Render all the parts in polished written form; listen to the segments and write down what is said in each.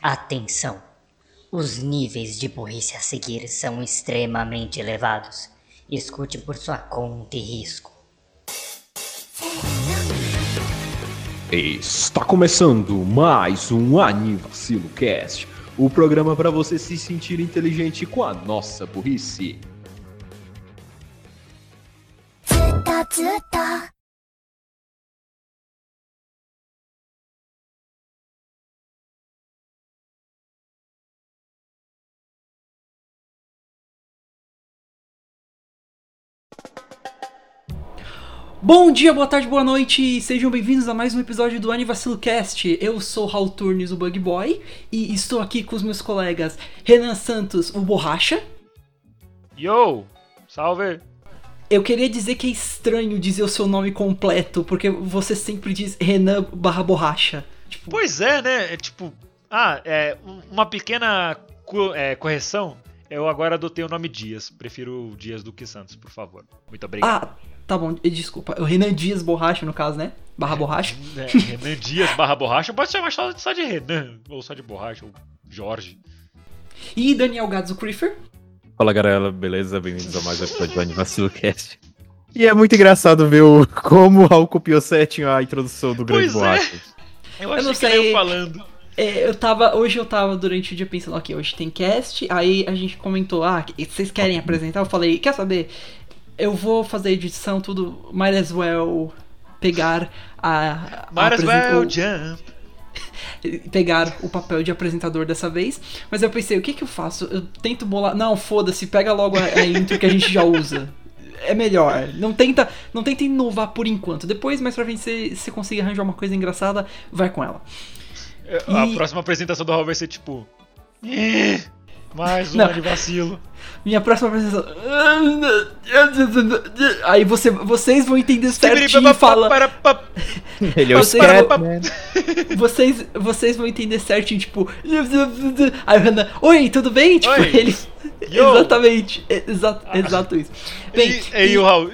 Atenção! Os níveis de burrice a seguir são extremamente elevados. Escute por sua conta e risco. Está começando mais um Anivacilo Cast, o programa para você se sentir inteligente com a nossa burrice. Bom dia, boa tarde, boa noite, sejam bem-vindos a mais um episódio do Anivacilo Cast. Eu sou Raul Turnes, o Bug Boy, e estou aqui com os meus colegas Renan Santos, o Borracha. Yo, salve! Eu queria dizer que é estranho dizer o seu nome completo, porque você sempre diz Renan/Borracha. Tipo... Pois é, né? Uma pequena correção. Eu agora adotei o nome Dias. Prefiro Dias do que Santos, por favor. Muito obrigado. Tá bom, desculpa. O Renan Dias Borracha, no caso, né? Borracha. Renan Dias /Borracha. Pode chamar só de Renan, ou só de Borracha, ou Jorge. E Daniel Gadzo Crifer. Fala galera, beleza? Bem-vindos a mais um episódio do Anivacilo Cast. E é muito engraçado ver como o Raul copiou certinho a introdução do Grande Borracha. Eu achei que eu falando. Hoje eu tava durante o dia pensando, ok, hoje tem cast, aí a gente comentou, vocês querem apresentar? Eu falei, quer saber? Eu vou fazer edição, tudo, might as well pegar pegar o papel de apresentador dessa vez. Mas eu pensei, o que eu faço? Eu tento bolar... Não, foda-se, pega logo a intro que a gente já usa. É melhor. Não tenta inovar por enquanto. Depois, mais pra frente, se conseguir arranjar uma coisa engraçada, vai com ela. A próxima apresentação do Raul vai ser tipo... Mais um Anivacilo. Minha próxima apresentação... Aí vocês vão entender certinho e falar... Ele é o Scatman. Vocês vão entender certinho, tipo... Aí o Renan... Oi, tudo bem? Tipo, Oi. ele... Exatamente. Exato isso. Bem, e o Raul...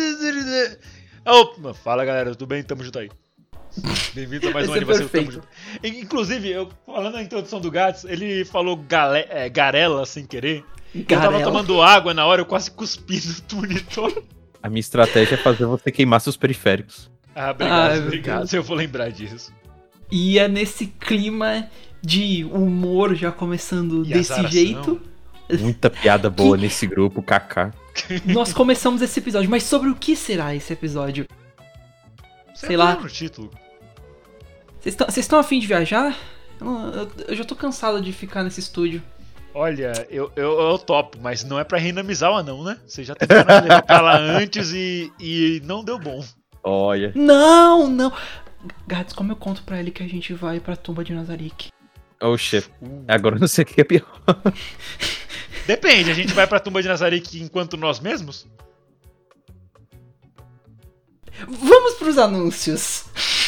Opa, fala galera, tudo bem? Tamo junto aí. Bem-vindos a mais um Anivacilo. Tamo junto. Inclusive, falando na introdução do Gats, ele falou garela sem querer. Eu tava tomando água na hora, eu quase cuspi no monitor. A minha estratégia é fazer você queimar seus periféricos. Obrigado. Eu vou lembrar disso. E é nesse clima de humor já começando desse azaração. Jeito. Muita piada boa nesse grupo, kaká. Nós começamos esse episódio, mas sobre o que será esse episódio? Sei lá. No título. Vocês estão afim de viajar? Eu já tô cansado de ficar nesse estúdio. Olha, eu topo, mas não é pra Renamizawa não, né? Você já tentaram levar pra lá antes e não deu bom. Olha. Não! Gats, como eu conto pra ele que a gente vai pra tumba de Nazarick? Oxe, agora eu não sei o que é pior. Depende, a gente vai pra tumba de Nazarick enquanto nós mesmos? Vamos pros anúncios.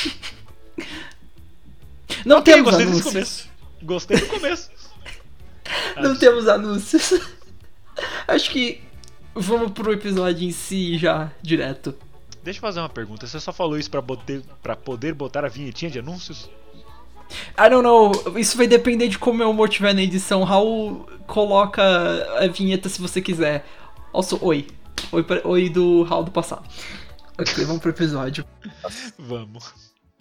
Não temos anúncios. Gostei do começo. Não temos anúncios. Acho que vamos pro episódio em si já, direto. Deixa eu fazer uma pergunta. Você só falou isso pra poder botar a vinhetinha de anúncios? I don't know. Isso vai depender de como meu humor tiver na edição. Raul coloca a vinheta se você quiser. Also, oi. Oi do Raul do passado. Ok, vamos pro episódio. Vamos.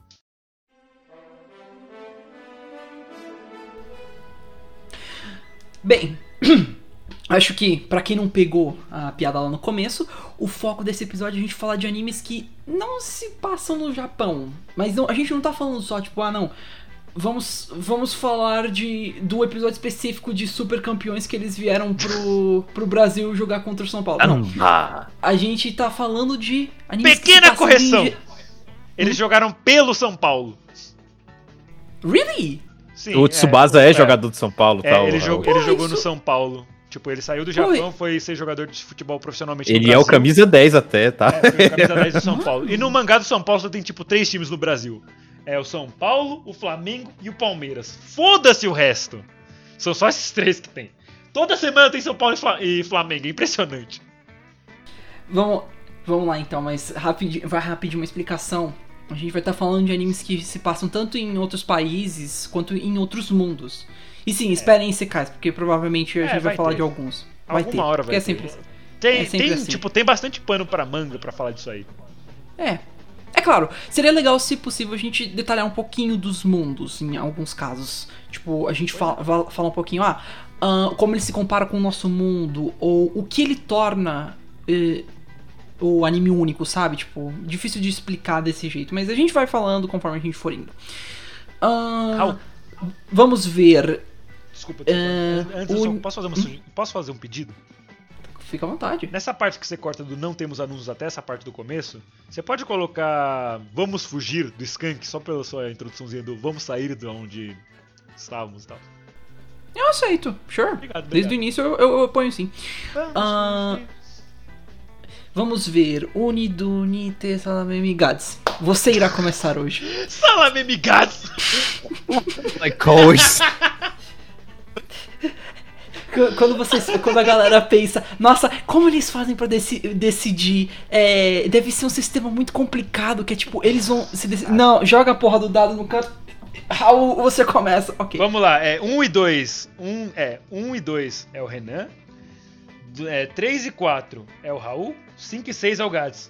Bem, acho que pra quem não pegou a piada lá no começo, o foco desse episódio é a gente falar de animes que não se passam no Japão. Mas não, a gente não tá falando só, tipo, vamos falar do episódio específico de Super Campeões que eles vieram pro Brasil jogar contra o São Paulo. Não. A gente tá falando de animes pequena que se correção! Eles jogaram pelo São Paulo. Really? Sim, o Tsubasa é jogador de São Paulo, tá? Ele jogou no São Paulo. Tipo, ele saiu do Japão, foi ser jogador de futebol profissionalmente no Brasil. Ele é o camisa 10 até, tá? Foi o camisa 10 do São Paulo. E no mangá do São Paulo só tem, tipo, 3 times no Brasil. É o São Paulo, o Flamengo e o Palmeiras. Foda-se o resto! São só esses 3 que tem. Toda semana tem São Paulo e Flamengo, é impressionante. Vamos lá então, mas vai rapidinho uma explicação. A gente vai estar falando de animes que se passam tanto em outros países quanto em outros mundos. E sim, esperem Isekais, porque provavelmente a gente vai falar de alguns. Vai ter, hora vai é ter. sempre assim. Tem, assim. tipo, tem bastante pano pra manga pra falar disso aí. É claro, seria legal, se possível, a gente detalhar um pouquinho dos mundos, em alguns casos. Tipo, a gente fala um pouquinho, como ele se compara com o nosso mundo, ou o que ele torna o anime único, sabe? Tipo, difícil de explicar desse jeito, mas a gente vai falando conforme a gente for indo. Vamos ver. Desculpa, antes posso fazer um pedido? Fica à vontade. Nessa parte que você corta do não temos anúncios até essa parte do começo, você pode colocar vamos fugir do Skank só pela sua introduçãozinha do vamos sair de onde estávamos e tal. Eu aceito, sure. Obrigado. Desde o início eu ponho sim. Vamos ver. Unidunite Salamemi Gads. Você irá começar hoje. Salamemi Gads! Like always. Quando a galera pensa, nossa, como eles fazem pra decidir? Deve ser um sistema muito complicado, que é tipo, eles vão se decidir. Não, joga a porra do dado no canto. Raul, você começa. Ok. Vamos lá, 1 e 2. 1 e 2 é o Renan. 3 e 4 é o Raul. 5 e 6 é o Gads.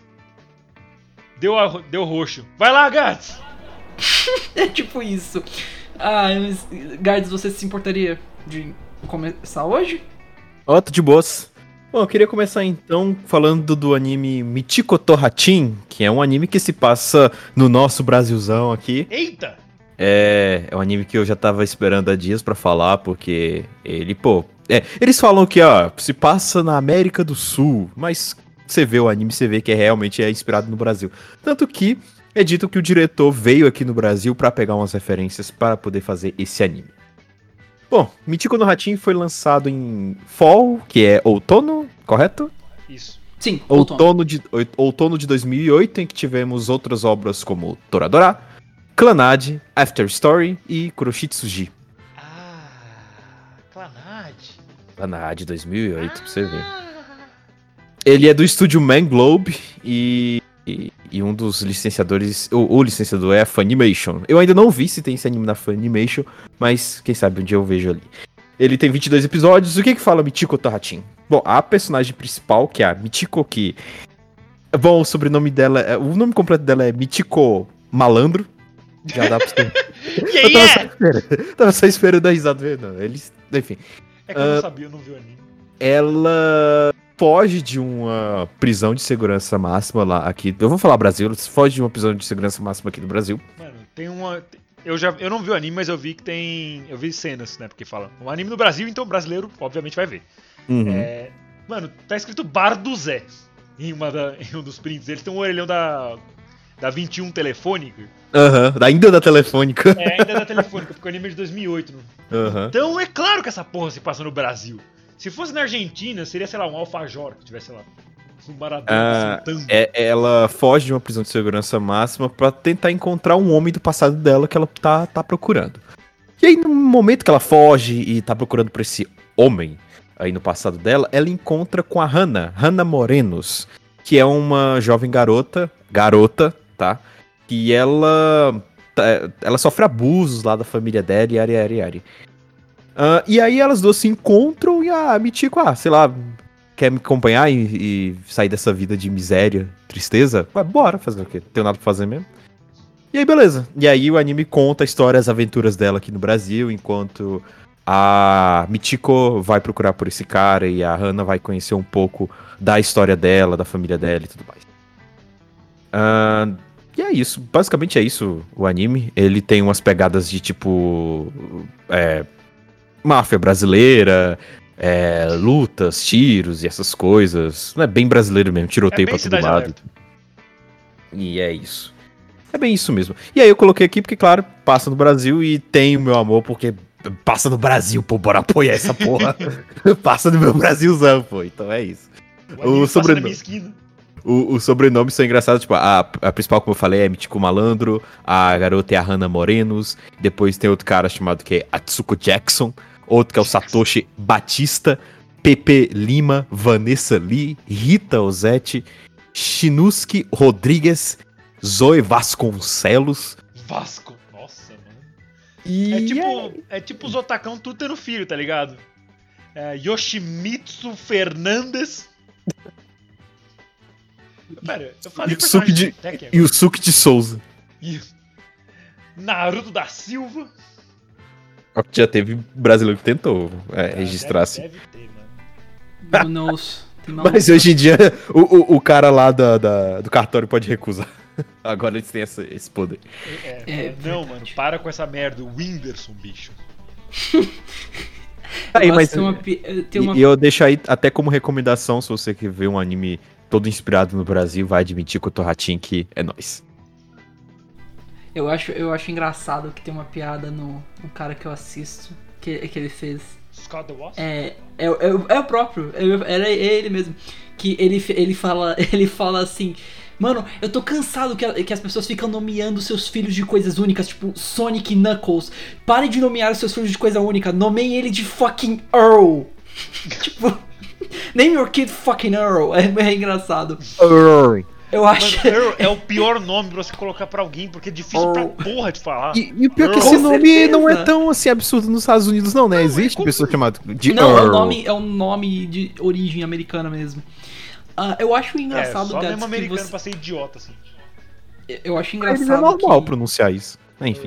Deu roxo. Vai lá, Gads! É tipo isso. Mas, Gads, você se importaria de começar hoje? Tô de boas. Bom, eu queria começar então falando do anime Michiko to Hatchin, que é um anime que se passa no nosso Brasilzão aqui. Eita! É um anime que eu já tava esperando há dias pra falar, porque ele, eles falam que, se passa na América do Sul, mas você vê o anime, você vê que realmente é inspirado no Brasil. Tanto que é dito que o diretor veio aqui no Brasil pra pegar umas referências para poder fazer esse anime. Bom, Michiko no Hatchin foi lançado em Fall, que é outono, correto? Isso. Sim, outono de 2008, em que tivemos outras obras como Toradora, Clannad, After Story e Kuroshitsuji. Clannad 2008, pra você ver. Ele é do estúdio Manglobe e um dos licenciadores, o licenciador é a Funimation. Eu ainda não vi se tem esse anime na Funimation, mas quem sabe um dia eu vejo ali. Ele tem 22 episódios. O que fala Michiko to Hatchin? Bom, a personagem principal, que é a Michiko, que... Bom, o sobrenome dela... O nome completo dela é Michiko Malandro. Já dá pra você... Tava só esperando a risada. Não, eles... Enfim. É que eu não sabia, eu não vi o anime. Ela foge de uma prisão de segurança máxima lá aqui. Eu vou falar Brasil, foge de uma prisão de segurança máxima aqui no Brasil. Mano, tem uma... Eu não vi o anime, mas eu vi que tem... Eu vi cenas, né? Porque fala um anime no Brasil, então o brasileiro obviamente vai ver. Uhum. Mano, tá escrito Bar do Zé em um dos prints. Eles têm um orelhão da 21 Telefônica. Ainda da Telefônica. Ainda da Telefônica, porque o anime é de 2008. Então é claro que essa porra se passa no Brasil. Se fosse na Argentina, seria, sei lá, um alfajor que tivesse, sei lá, um Maradona sentando. Ela foge de uma prisão de segurança máxima pra tentar encontrar um homem do passado dela que ela tá procurando. E aí, no momento que ela foge e tá procurando por esse homem aí no passado dela, ela encontra com a Hannah Morenos, que é uma jovem garota, tá? Que ela sofre abusos lá da família dela e ari. E aí elas duas se encontram e a Michiko, sei lá, quer me acompanhar e sair dessa vida de miséria, tristeza? Bora fazer o quê? Não tenho nada pra fazer mesmo. E aí, beleza. E aí o anime conta a história, as aventuras dela aqui no Brasil, enquanto a Michiko vai procurar por esse cara e a Hannah vai conhecer um pouco da história dela, da família dela e tudo mais. E é isso. Basicamente é isso o anime. Ele tem umas pegadas de tipo... máfia brasileira, lutas, tiros e essas coisas. Não é bem brasileiro mesmo, tiroteio pra todo lado. E é isso. É bem isso mesmo. E aí eu coloquei aqui porque, claro, passa no Brasil e tem o meu amor, porque passa no Brasil, pô, bora apoiar essa porra. Passa no meu Brasilzão, pô, então é isso. O sobrenome... Os sobrenomes são engraçados, tipo, a principal, como eu falei, é Michiko Malandro, a garota é a Hannah Morenos, depois tem outro cara chamado que é Atsuko Jackson, outro que é o Satoshi Batista, Pepe Lima, Vanessa Lee, Rita Ozzetti, Shinusuke Rodrigues, Zoe Vasconcelos. Vasco, nossa, mano. E É tipo os otacão tudo tendo filho, tá ligado? Yoshimitsu Fernandes. Pera, eu falei Yusuke de Souza. Naruto da Silva. Já teve brasileiro que tentou registrar assim. Deve ter, mano. Knows. Mas hoje em dia o cara lá do cartório pode recusar. Agora eles têm esse poder. Não, mano, para com essa merda. O Whindersson, bicho. Aí, mas eu deixo aí até como recomendação, se você quer ver um anime todo inspirado no Brasil, vai admitir que o Torratin que é nóis. Eu acho engraçado que tem uma piada no cara que eu assisto, que ele fez. Scott the Wasp? É o próprio, era ele mesmo. Que ele fala assim: mano, eu tô cansado que as pessoas ficam nomeando seus filhos de coisas únicas, tipo Sonic e Knuckles. Parem de nomear os seus filhos de coisa única, nomeiem ele de fucking Earl. Tipo, name your kid fucking Earl. É engraçado. Earl. Eu acho. Mano, Earl é o pior nome pra você colocar pra alguém, porque é difícil pra porra de falar. E o pior é que esse nome não é tão assim absurdo nos Estados Unidos, não, né? Existe pessoa chamada de Earl. É um nome de origem americana mesmo. Eu acho engraçado, só mesmo americano pra ser idiota, assim. Eu acho engraçado. É normal pronunciar isso. Enfim.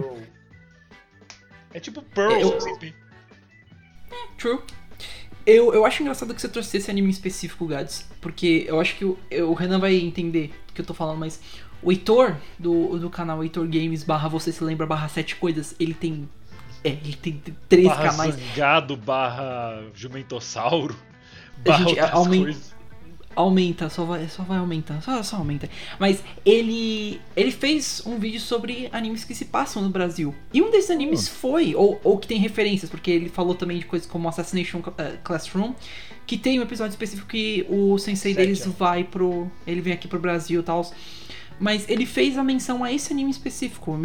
É tipo Pearl, sempre. True. Eu acho engraçado que você trouxe esse anime em específico, Gads, porque eu acho que o Renan vai entender o que eu tô falando, mas o Heitor, do canal Heitor Games, /você se lembra, /7 coisas, ele tem 3 canais. Zangado, Jumentossauro, gente, aumenta, só vai aumentando, só aumenta. Mas ele fez um vídeo sobre animes que se passam no Brasil. E um desses animes foi, ou que tem referências, porque ele falou também de coisas como Assassination Classroom, que tem um episódio específico que o sensei deles ele vem aqui pro Brasil e tal. Mas ele fez a menção a esse anime específico,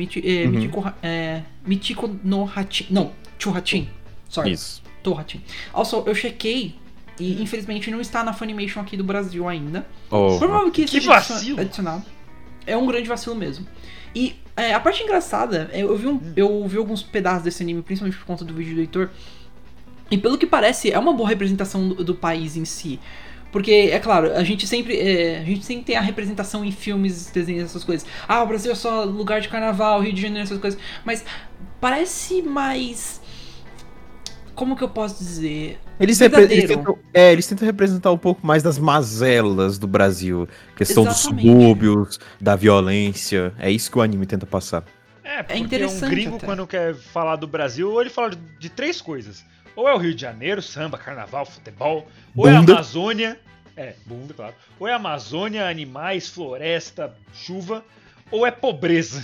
Michiko no Hachi... Não, Churratin. Sorry. Isso. Torratin. Also, eu chequei e infelizmente não está na Funimation aqui do Brasil ainda. Provavelmente que seja vacilo. Adicionado. É um grande vacilo mesmo. E a parte engraçada, eu vi alguns pedaços desse anime, principalmente por conta do vídeo do Heitor. E pelo que parece, é uma boa representação do país em si. Porque, é claro, a gente sempre tem a representação em filmes, desenhos, essas coisas. O Brasil é só lugar de carnaval, Rio de Janeiro, essas coisas. Mas parece mais... Como que eu posso dizer? Eles tentam representar um pouco mais das mazelas do Brasil. Questão Exatamente. Dos subúrbios, da violência. É isso que o anime tenta passar. Porque interessante um gringo, quando quer falar do Brasil, ou ele fala de 3 coisas. Ou é o Rio de Janeiro, samba, carnaval, futebol. Ou é a Amazônia. Bunda, claro. Ou é a Amazônia, animais, floresta, chuva. Ou é pobreza.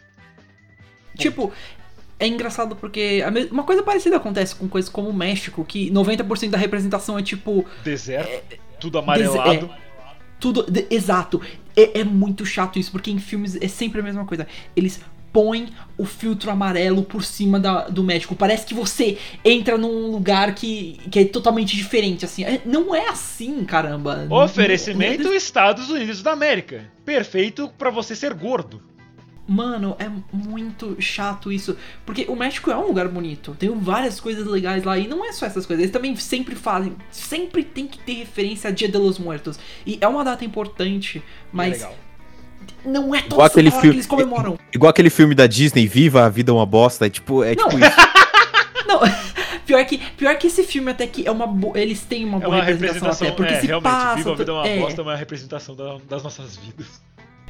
Tipo... É engraçado porque uma coisa parecida acontece com coisas como o México, que 90% da representação é tipo... Deserto, tudo amarelado. Exato. É muito chato isso, porque em filmes é sempre a mesma coisa. Eles põem o filtro amarelo por cima do México. Parece que você entra num lugar que é totalmente diferente, assim. Não é assim, caramba. Oferecimento Estados Unidos da América. Perfeito pra você ser gordo. Mano, é muito chato isso. Porque o México é um lugar bonito. Tem várias coisas legais lá. E não é só essas coisas. Eles também sempre fazem. Sempre tem que ter referência a Dia de los Muertos. E é uma data importante. Mas não é toda hora que eles comemoram. Igual aquele filme da Disney, Viva, a Vida é uma Bosta. Tipo isso. Não, pior que esse filme até que é uma eles têm uma boa representação até. Porque se realmente, passa... Viva, a Vida é uma Bosta é uma representação das nossas vidas.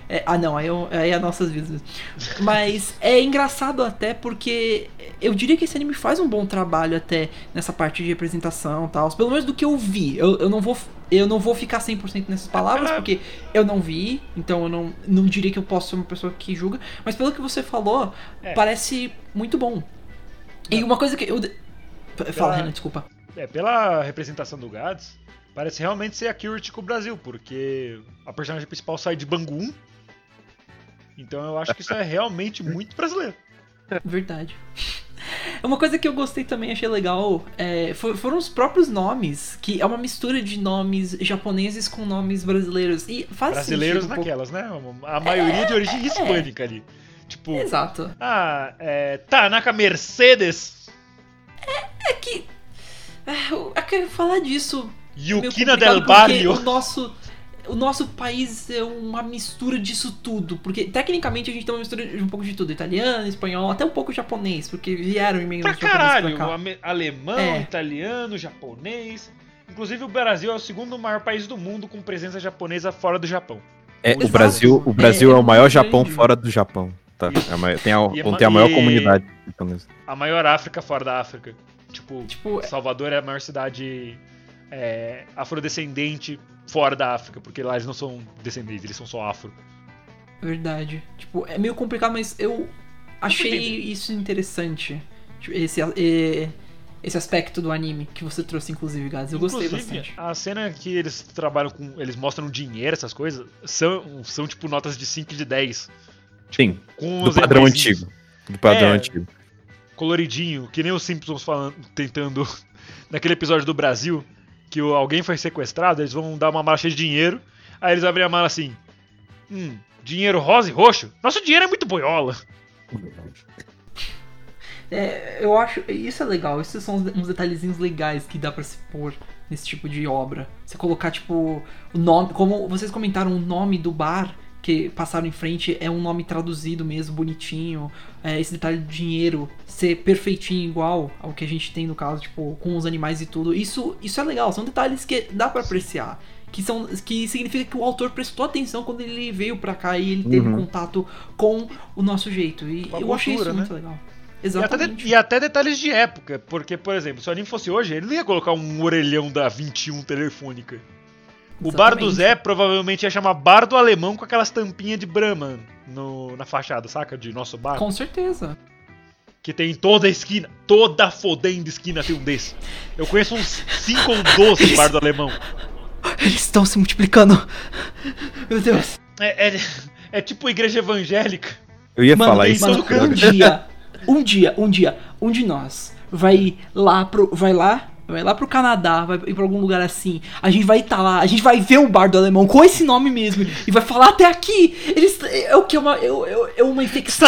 Aí é nossas vidas mesmo. Mas é engraçado até porque eu diria que esse anime faz um bom trabalho até nessa parte de representação e tal. Pelo menos do que eu vi. Eu não vou ficar 100% nessas palavras, porque eu não vi. Então eu não diria que eu posso ser uma pessoa que julga. Mas pelo que você falou, parece muito bom. E uma coisa que eu... Fala, Renan, desculpa. Pela representação do Gads, parece realmente ser a Curity com o Brasil, porque a personagem principal sai de Bangu. Então eu acho que isso é realmente muito brasileiro. Verdade. Uma coisa que eu gostei também, achei legal, foram os próprios nomes, que é uma mistura de nomes japoneses com nomes brasileiros. E faz brasileiros sentido, naquelas, né? A maioria de origem hispânica ali. Tipo, exato. Tanaka Mercedes. É que falar disso... Yukina del Barrio. O nosso país é uma mistura disso tudo. Porque, tecnicamente, a gente tem uma mistura de um pouco de tudo. Italiano, espanhol, até um pouco japonês. Porque vieram imigrantes japoneses pra cá. Alemão, italiano, japonês. Inclusive, o Brasil é o segundo maior país do mundo com presença japonesa fora do Japão. O Brasil é o maior Japão fora do Japão. Tá? Tem a maior comunidade japonesa. A maior África fora da África. Tipo Salvador é a maior cidade afrodescendente fora da África, porque lá eles não são descendentes, eles são só afro. Verdade. Tipo, é meio complicado, mas eu achei isso interessante. Tipo, esse aspecto do anime que você trouxe, inclusive, Gaz. Eu gostei bastante. A cena que eles trabalham com... Eles mostram dinheiro, essas coisas, são tipo notas de 5 e de 10. Tipo, sim, com do padrão antigo. Do padrão antigo. Coloridinho, que nem os Simpsons falando, tentando... Naquele episódio do Brasil, que alguém foi sequestrado, eles vão dar uma mala cheia de dinheiro, aí eles abrem a mala assim, dinheiro rosa e roxo? Nosso dinheiro é muito boiola. Eu acho, isso é legal, esses são uns detalhezinhos legais que dá pra se pôr nesse tipo de obra. Você colocar, tipo, o nome, como vocês comentaram, o nome do bar que passaram em frente é um nome traduzido mesmo, bonitinho. Esse detalhe do dinheiro ser perfeitinho igual ao que a gente tem no caso, tipo, com os animais e tudo. Isso é legal, são detalhes que dá pra apreciar. Que significa que o autor prestou atenção quando ele veio pra cá e ele teve contato com o nosso jeito. E eu achei isso muito legal. Exatamente. E até detalhes de época, porque, por exemplo, se o anime fosse hoje, ele não ia colocar um orelhão da 21 telefônica. O bar do Zé provavelmente ia chamar Bar do Alemão com aquelas tampinhas de Brahma na fachada, saca? De nosso bar. Com certeza. Que tem em toda a esquina, toda fodendo esquina tem um desse. Eu conheço uns 5 ou 12 Bar do Alemão. Eles estão se multiplicando. Meu Deus. É tipo igreja evangélica. Eu ia falar isso. Mano, um dia, um de nós vai lá pro Canadá, vai ir pra algum lugar assim. A gente vai estar lá, a gente vai ver o Bar do Alemão com esse nome mesmo e vai falar até aqui. É o que? É uma infecção?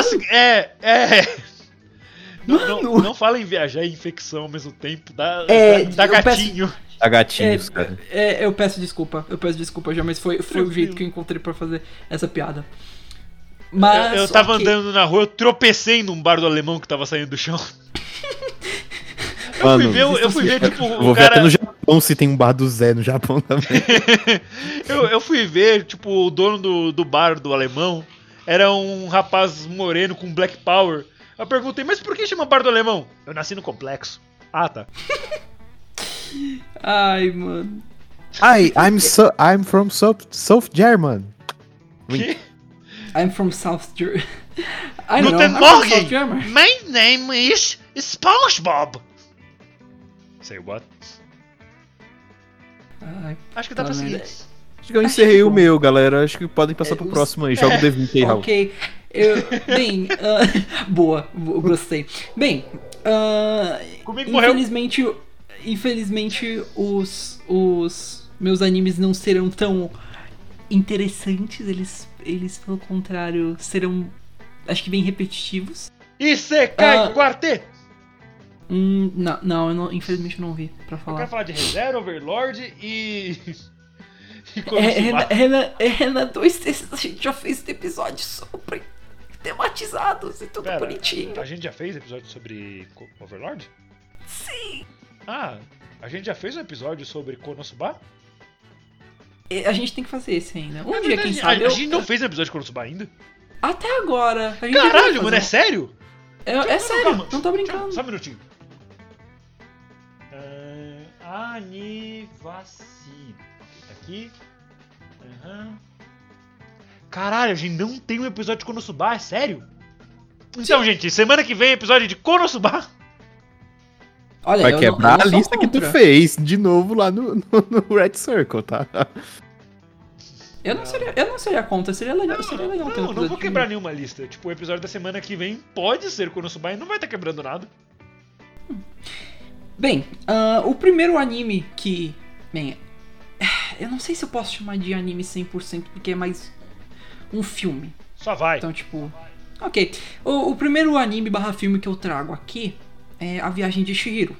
Não fala em viajar e infecção ao mesmo tempo. Dá gatinho. Dá gatinhos, cara. Eu peço desculpa já, mas foi o jeito que eu encontrei pra fazer essa piada. Mas, eu tava andando na rua, eu tropecei num Bar do Alemão que tava saindo do chão. Eu fui ver, tipo, vou ver até no Japão se tem um bar do Zé no Japão também. eu fui ver, tipo, o dono do bar do Alemão era um rapaz moreno com Black Power. Eu perguntei, mas por que chama Bar do Alemão? Eu nasci no complexo. Ah, tá. Ai, mano. I'm from South German. Que? I'm from South German. Guten Morgen! My name is SpongeBob. Say what? Acho que dá pra seguir. Acho que eu encerrei o meu, galera. Acho que podem passar pro próximo aí. Joga o D20 aí, Raul. Ok. Boa, gostei. Bem, infelizmente os meus animes não serão tão interessantes. Eles pelo contrário, serão, acho que bem repetitivos. Isekai Quartet! Não, infelizmente não vi pra falar. Eu quero falar de Re:Zero, Overlord e Renan, a gente já fez esse episódio sobre tematizados e tudo bonitinho. A gente já fez episódio sobre Overlord? Sim! Ah, a gente já fez um episódio sobre Konosuba? A gente tem que fazer esse ainda. Dia, quem sabe. A gente não fez um episódio de Konosuba ainda? Até agora. Caralho, mano, é sério? É sério, calma. Não tô brincando. Só um minutinho. Anivacilo. Aqui. Caralho, a gente não tem um episódio de Konosuba, é sério? Então, gente, semana que vem episódio de Konosuba. Olha, vai quebrar a lista que tu fez de novo lá no Red Circle, tá? Eu não seria contra, seria legal ter um episódio. Não vou quebrar nenhuma lista. Tipo, o episódio da semana que vem pode ser Konosuba e não vai estar quebrando nada. Bem, o primeiro anime que... Bem, eu não sei se eu posso chamar de anime 100%, porque é mais um filme. Só vai. Então, tipo... Ok. O primeiro anime / filme que eu trago aqui é A Viagem de Chihiro.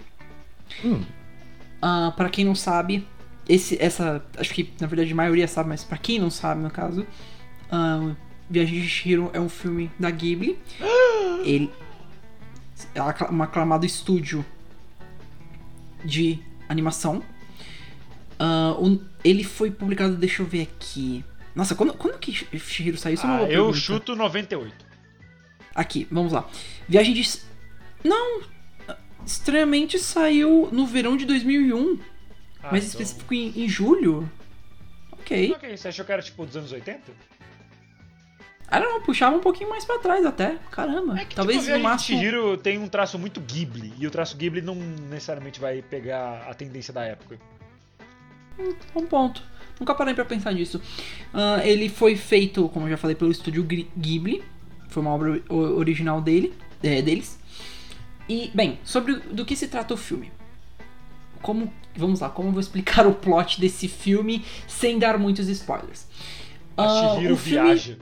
Pra quem não sabe, acho que na verdade a maioria sabe, mas pra quem não sabe, no caso, Viagem de Chihiro é um filme da Ghibli. Ele é um aclamado estúdio de animação. Ele foi publicado, deixa eu ver aqui. Nossa, quando que Chihiro saiu? Isso é uma boa eu pergunta. chuto 98. Aqui, vamos lá. Viagem de... Não! Estranhamente saiu no verão de 2001. Mais então... específico em julho. Ok. Ok, você achou que era tipo dos anos 80? Não, puxava um pouquinho mais pra trás até. Caramba. É que Talvez tipo, a no Viagem máximo... de Chihiro tem um traço muito Ghibli. E o traço Ghibli não necessariamente vai pegar a tendência da época. Um ponto. Nunca parei pra pensar nisso. Ele foi feito, como eu já falei, pelo estúdio Ghibli. Foi uma obra original deles. E, bem, do que se trata o filme? Vamos lá, como eu vou explicar o plot desse filme sem dar muitos spoilers? A Chihiro viaja.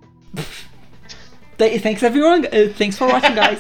Thanks everyone, thanks for watching, guys.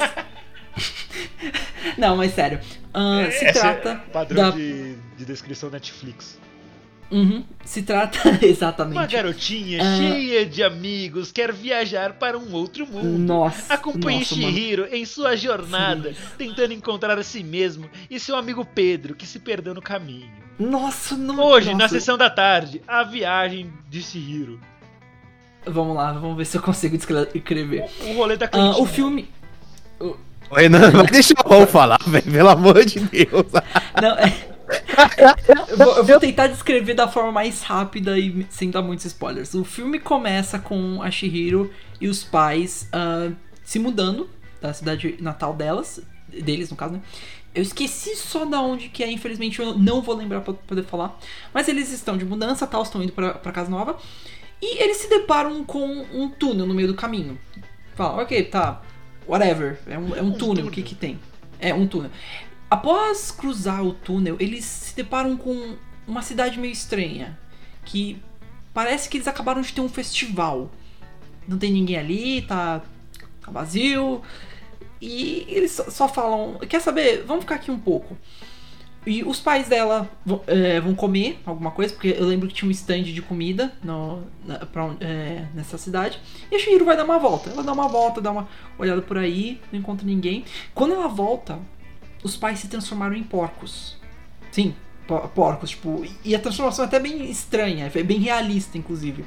Não, mas sério. Se trata padrão de descrição Netflix. Se trata exatamente. Uma garotinha cheia de amigos quer viajar para um outro mundo. Nossa. Acompanhe Chihiro em sua jornada, tentando encontrar a si mesmo e seu amigo Pedro, que se perdeu no caminho. Nossa, não. Hoje, na sessão da tarde, a viagem de Chihiro. Vamos lá, vamos ver se eu consigo descrever. O rolê da cantina. O filme. Renan, deixa o Raul falar, velho, pelo amor de Deus. Não, eu vou tentar descrever da forma mais rápida e sem dar muitos spoilers. O filme começa com a Chihiro e os pais se mudando da cidade natal deles no caso, né? Eu esqueci só da onde que é, infelizmente eu não vou lembrar pra poder falar. Mas eles estão de mudança, tal, estão indo pra casa nova. E eles se deparam com um túnel no meio do caminho. Falam, ok, tá, whatever, é um túnel, o que tem? É um túnel. Após cruzar o túnel, eles se deparam com uma cidade meio estranha. Que parece que eles acabaram de ter um festival. Não tem ninguém ali, tá vazio. E eles só falam, quer saber? Vamos ficar aqui um pouco. E os pais dela vão comer alguma coisa, porque eu lembro que tinha um stand de comida nessa cidade. E a Chihiro vai dar uma volta. Ela dá uma volta, dá uma olhada por aí, não encontra ninguém. Quando ela volta, os pais se transformaram em porcos. Sim, porcos, tipo... E a transformação é até bem estranha, é bem realista, inclusive.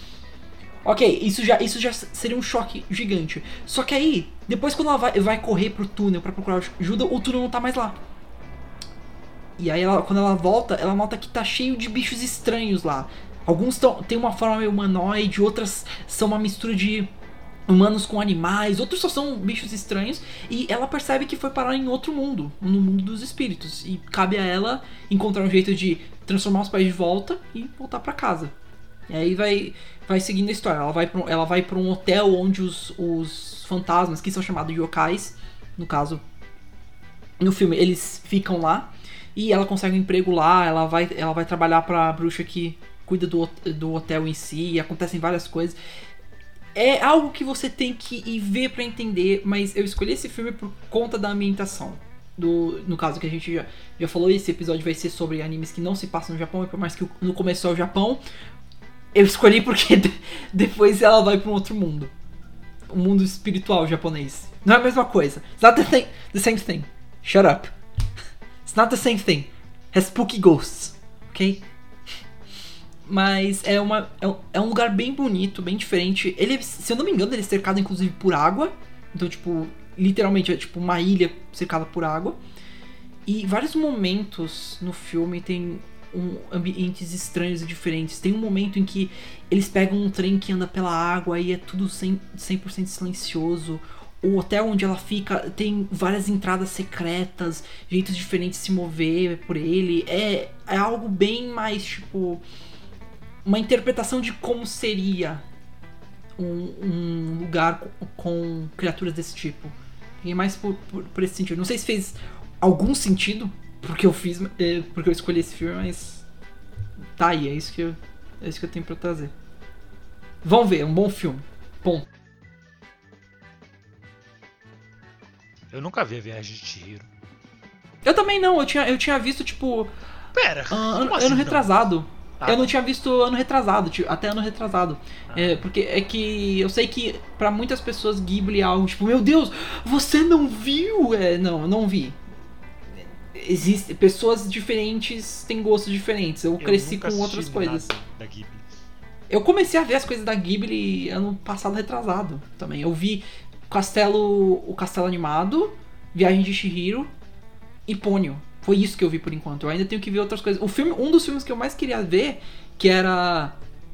Ok, isso já seria um choque gigante. Só que aí, depois quando ela vai correr pro túnel pra procurar ajuda, o túnel não tá mais lá. E aí, quando ela volta, ela nota que tá cheio de bichos estranhos lá. Alguns têm uma forma meio humanoide, outras são uma mistura de humanos com animais, outros só são bichos estranhos. E ela percebe que foi parar em outro mundo, no mundo dos espíritos. E cabe a ela encontrar um jeito de transformar os pais de volta e voltar pra casa. E aí vai seguindo a história. Ela vai pra um hotel onde os fantasmas, que são chamados yokais, no caso, no filme, eles ficam lá. E ela consegue um emprego lá, ela vai trabalhar pra bruxa que cuida do hotel em si, e acontecem várias coisas. É algo que você tem que ir ver pra entender, mas eu escolhi esse filme por conta da ambientação. No caso que a gente já falou, esse episódio vai ser sobre animes que não se passam no Japão, e por mais que no começo é o Japão, eu escolhi porque depois ela vai pra um outro mundo. O mundo espiritual japonês. Não é a mesma coisa. It's not the same thing. Shut up. It's not the same thing. Has spooky ghosts, ok? Mas é um lugar bem bonito, bem diferente. Ele, se eu não me engano, ele é cercado inclusive por água. Então, tipo, literalmente é tipo uma ilha cercada por água. E vários momentos no filme tem ambientes estranhos e diferentes. Tem um momento em que eles pegam um trem que anda pela água e é tudo 100% silencioso. O hotel onde ela fica tem várias entradas secretas, jeitos diferentes de se mover por ele. É algo bem mais, tipo, uma interpretação de como seria um lugar com criaturas desse tipo. E mais por esse sentido. Não sei se fez algum sentido porque eu escolhi esse filme, mas tá aí, é isso que eu tenho pra trazer. Vamos ver, é um bom filme. Ponto. Eu nunca vi a Viagem de Chihiro. Eu também não, eu tinha visto, tipo... Pera, ano retrasado. Ah. Eu não tinha visto ano retrasado, até ano retrasado. Porque é que eu sei que pra muitas pessoas Ghibli é algo tipo, meu Deus, você não viu? Não, eu não vi. Pessoas diferentes têm gostos diferentes. Eu cresci com outras coisas. Da Ghibli. Eu comecei a ver as coisas da Ghibli ano passado retrasado também. Eu vi o Castelo Animado, Viagem de Chihiro e Ponyo. Foi isso que eu vi por enquanto. Eu ainda tenho que ver outras coisas. Um dos filmes que eu mais queria ver, que era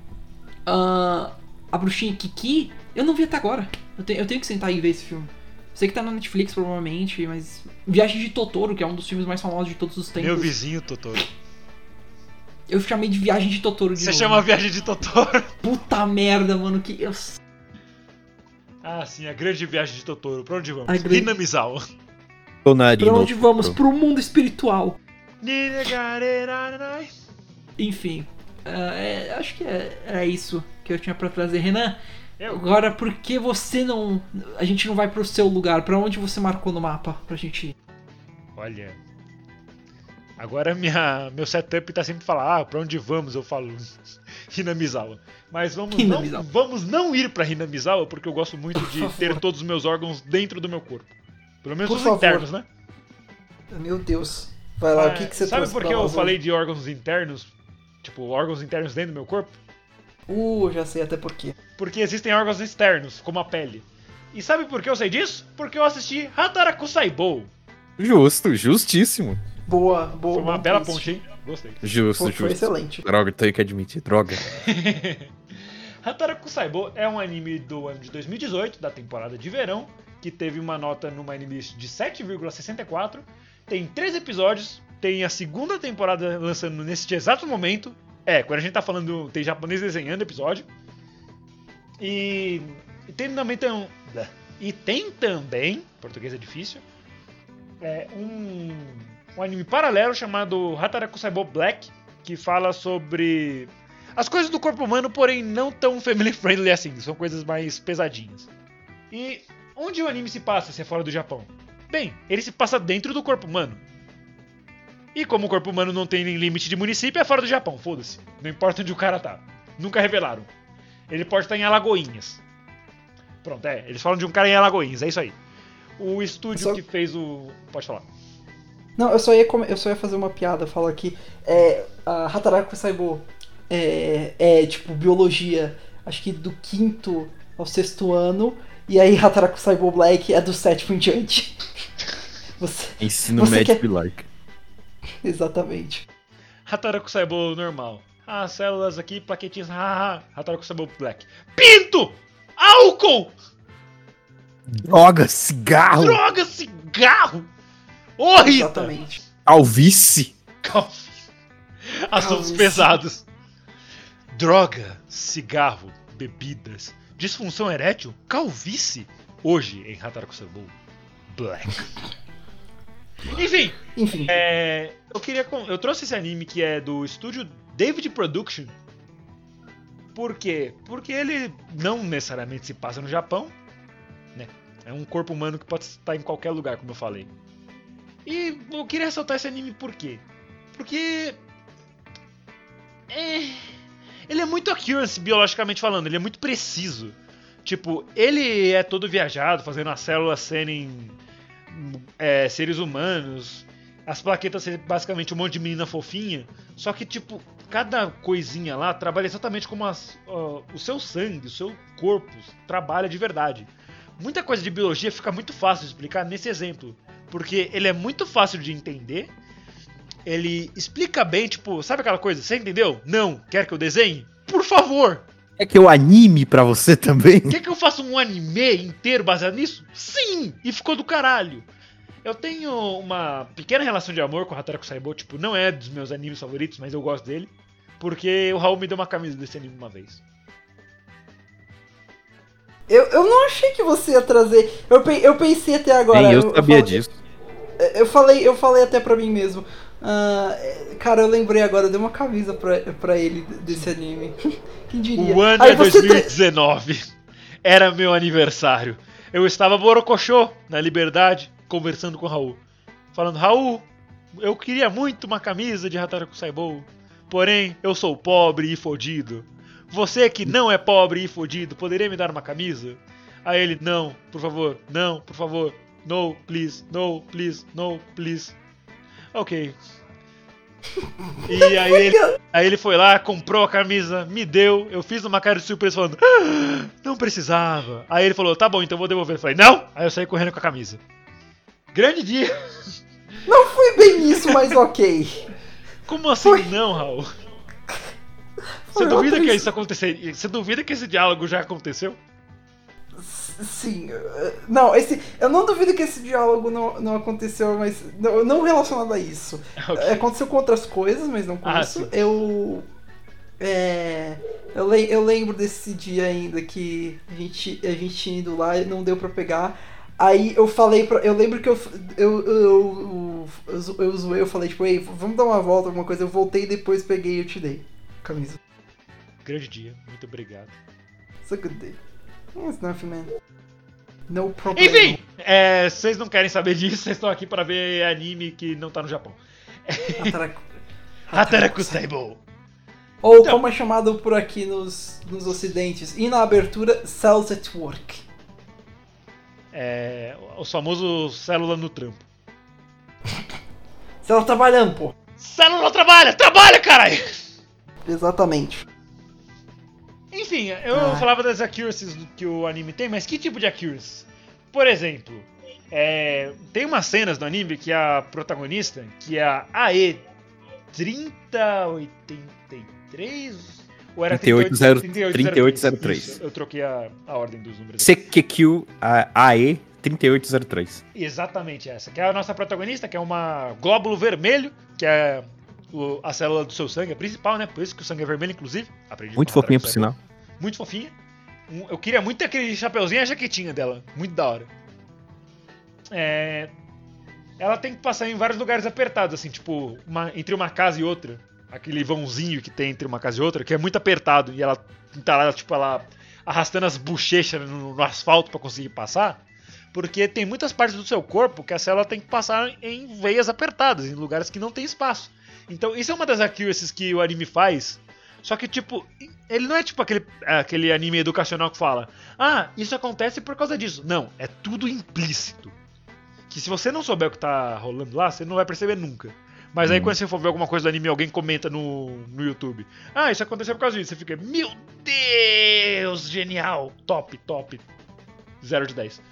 A Bruxinha Kiki, eu não vi até agora. Eu tenho que sentar e ver esse filme. Sei que tá na Netflix provavelmente, mas Viagem de Totoro, que é um dos filmes mais famosos de todos os tempos. Meu vizinho Totoro. Eu chamei de Viagem de Totoro de Você novo. chama Viagem de Totoro? Puta merda, mano, que... Ah, sim, a grande Viagem de Totoro. Pra onde vamos? Hinamizawa. Tonarino. Pra onde vamos? Pro mundo espiritual. Ninegareranai. Enfim, acho que é isso que eu tinha pra trazer. Renan, agora por que você não... A gente não vai pro seu lugar? Pra onde você marcou no mapa pra gente ir? Olha... Agora meu setup tá sempre falar, pra onde vamos? Eu falo Hinamizawa. Mas vamos não ir pra Hinamizawa, porque eu gosto muito de ter todos os meus órgãos dentro do meu corpo. Pelo menos os internos, né? Meu Deus. Vai lá, o que você sabe por que eu falei de órgãos internos? Tipo, órgãos internos dentro do meu corpo? Já sei até por quê. Porque existem órgãos externos, como a pele. E sabe por que eu sei disso? Porque eu assisti Hataraku Saibou. Justíssimo. Boa. Foi uma bela ponte, hein? Gostei. Justo. Foi excelente. Droga, tenho que admitir, droga. Hataraku Saibou é um anime do ano de 2018, da temporada de verão, que teve uma nota numa Animalist de 7,64. Tem 3 episódios, tem a segunda temporada lançando neste exato momento. Quando a gente tá falando, tem japonês desenhando episódio. E tem também, português é difícil, um anime paralelo chamado Hataraku Saibou Black, que fala sobre as coisas do corpo humano, porém não tão family friendly assim, são coisas mais pesadinhas. E onde o anime se passa se é fora do Japão? Bem, ele se passa dentro do corpo humano. E como o corpo humano não tem nem limite de município, é fora do Japão, foda-se. Não importa onde o cara tá. Nunca revelaram. Ele pode estar em Alagoinhas. Pronto, eles falam de um cara em Alagoinhas, é isso aí. O estúdio que fez o... Pode falar. Não, eu só ia fazer uma piada, falar que a Hataraku Saibou tipo biologia, acho que do 5º ao 6º ano, e aí Hataraku Saibou Black é do 7º em diante. Ensino médio like. Exatamente. Hataraku Saibou normal. Células aqui, plaquetinhas, Hataraku Saibou Black. Pinto! Álcool! Droga, cigarro! Ô, Rita! Exatamente. Calvície! Assuntos pesados. Droga, cigarro, bebidas, disfunção erétil, calvície. Hoje em Hataraku Saibou Black. Enfim. Eu trouxe esse anime que é do estúdio David Production. Por quê? Porque ele não necessariamente se passa no Japão, né? É um corpo humano que pode estar em qualquer lugar, como eu falei. E eu queria ressaltar esse anime por quê? Porque ele é muito accuracy, biologicamente falando, ele é muito preciso. Tipo, ele é todo viajado, fazendo as células serem seres humanos, as plaquetas serem basicamente um monte de menina fofinha, só que, tipo, cada coisinha lá trabalha exatamente como o seu sangue, o seu corpo trabalha de verdade. Muita coisa de biologia fica muito fácil de explicar nesse exemplo, porque ele é muito fácil de entender, ele explica bem, tipo, sabe aquela coisa, você entendeu? Não, quer que eu desenhe? Por favor! Quer que eu anime pra você também? Quer que eu faça um anime inteiro baseado nisso? Sim! E ficou do caralho! Eu tenho uma pequena relação de amor com o Hataraku Saibou, tipo, não é dos meus animes favoritos, mas eu gosto dele, porque o Raul me deu uma camisa desse anime uma vez. Eu não achei que você ia trazer. Eu pensei até agora. Nem eu sabia disso. Eu falei até pra mim mesmo. Cara, eu lembrei agora, eu dei uma camisa pra ele desse anime. Quem diria? O ano é 2019. Era meu aniversário. Eu estava borocochô, na Liberdade, conversando com o Raul. Falando, Raul, eu queria muito uma camisa de Hataraku Saibou. Porém, eu sou pobre e fodido. Você que não é pobre e fodido, poderia me dar uma camisa? Aí ele, não, por favor, no, please, no, please. Ok. E aí ele foi lá, comprou a camisa, me deu, eu fiz uma cara de surpresa falando, não precisava. Aí ele falou, tá bom, então eu vou devolver. Eu falei, não! Aí eu saí correndo com a camisa. Grande dia! Não foi bem isso, mas ok. Como assim não, Raul? Você duvida que isso aconteceria? Você duvida que esse diálogo já aconteceu? Sim. Não, eu não duvido que esse diálogo não aconteceu, mas não relacionado a isso. Okay. Aconteceu com outras coisas, mas não com isso. Sim. Eu lembro desse dia ainda que a gente indo lá e não deu pra pegar. Aí eu falei eu lembro que eu zoei, eu falei tipo, ei, vamos dar uma volta, alguma coisa. Eu voltei, depois peguei e eu te dei a camisa. Grande dia, muito obrigado. It's a good day. It's nothing, man. No problem. Enfim, vocês não querem saber disso, vocês estão aqui para ver anime que não tá no Japão. Hataraku Saibou. Ou então, como é chamado por aqui nos ocidentes, e na abertura, Cells at Work. O famoso célula no trampo. Célula trabalhando, pô. Célula trabalha, caralho! Exatamente. Enfim, eu falava das accuracies que o anime tem, mas que tipo de accuracies? Por exemplo, tem umas cenas no anime que a protagonista, que é a AE 3083... Ou era 3803. Eu troquei a ordem dos números. CQQ AE 3803. Exatamente essa. Que é a nossa protagonista, que é uma glóbulo vermelho, que é a célula do seu sangue, a principal, né? Por isso que o sangue é vermelho, inclusive. Aprendi muito fofinha, por sinal. Muito fofinha. Eu queria muito ter aquele chapeuzinho e a jaquetinha dela. Muito da hora. Ela tem que passar em vários lugares apertados, assim, tipo, entre uma casa e outra. Aquele vãozinho que tem entre uma casa e outra, que é muito apertado. E ela tá lá, tipo, ela arrastando as bochechas no asfalto pra conseguir passar. Porque tem muitas partes do seu corpo que a célula tem que passar em veias apertadas, em lugares que não tem espaço. Então, isso é uma das accuracies que o anime faz. Só que, tipo, ele não é tipo aquele anime educacional que fala, isso acontece por causa disso. Não, é tudo implícito. Que se você não souber o que tá rolando lá, você não vai perceber nunca. Mas aí quando você for ver alguma coisa do anime, alguém comenta no YouTube. Isso aconteceu por causa disso. Você fica, meu Deus, genial, top. 0 de 10.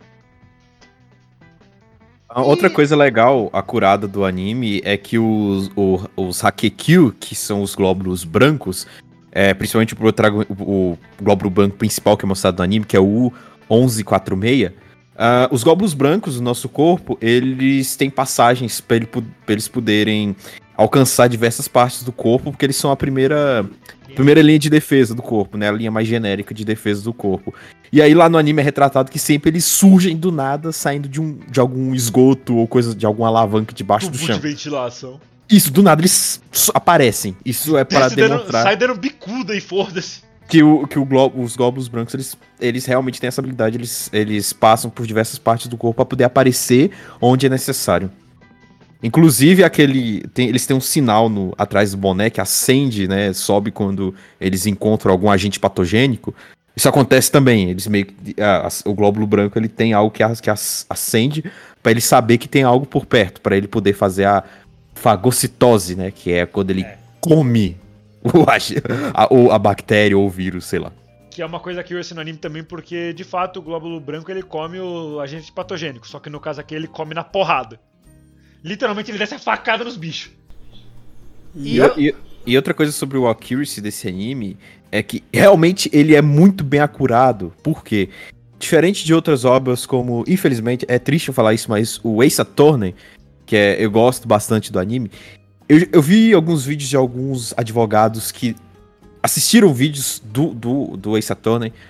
Outra coisa legal, acurada do anime, é que os Hakekyu, que são os glóbulos brancos, principalmente o glóbulo branco principal que é mostrado no anime, que é o U1146, os glóbulos brancos do nosso corpo, eles têm passagens para eles poderem alcançar diversas partes do corpo, porque eles são a primeira linha de defesa do corpo, né? A linha mais genérica de defesa do corpo. E aí lá no anime é retratado que sempre eles surgem do nada, saindo de algum esgoto ou coisa de alguma alavanca debaixo do chão. De ventilação. Isso, do nada eles aparecem. Isso é para demonstrar... Sai dando bicuda e foda-se. Que os glóbulos brancos, eles realmente têm essa habilidade, eles passam por diversas partes do corpo para poder aparecer onde é necessário. Inclusive, eles têm um sinal atrás do boné que acende, né? Sobe quando eles encontram algum agente patogênico. Isso acontece também. Eles meio que, o glóbulo branco ele tem algo que acende para ele saber que tem algo por perto, para ele poder fazer a fagocitose, né? Que é quando ele come a bactéria ou o vírus, sei lá. Que é uma coisa que eu ensino no anime também, porque de fato o glóbulo branco ele come o agente patogênico, só que no caso aqui ele come na porrada. Literalmente ele desce a facada nos bichos. E outra coisa sobre o accuracy desse anime é que realmente ele é muito bem acurado, porque diferente de outras obras como, infelizmente, é triste eu falar isso, mas o Ace Attorney, que eu gosto bastante do anime, eu vi alguns vídeos de alguns advogados que assistiram vídeos do Ace Attorney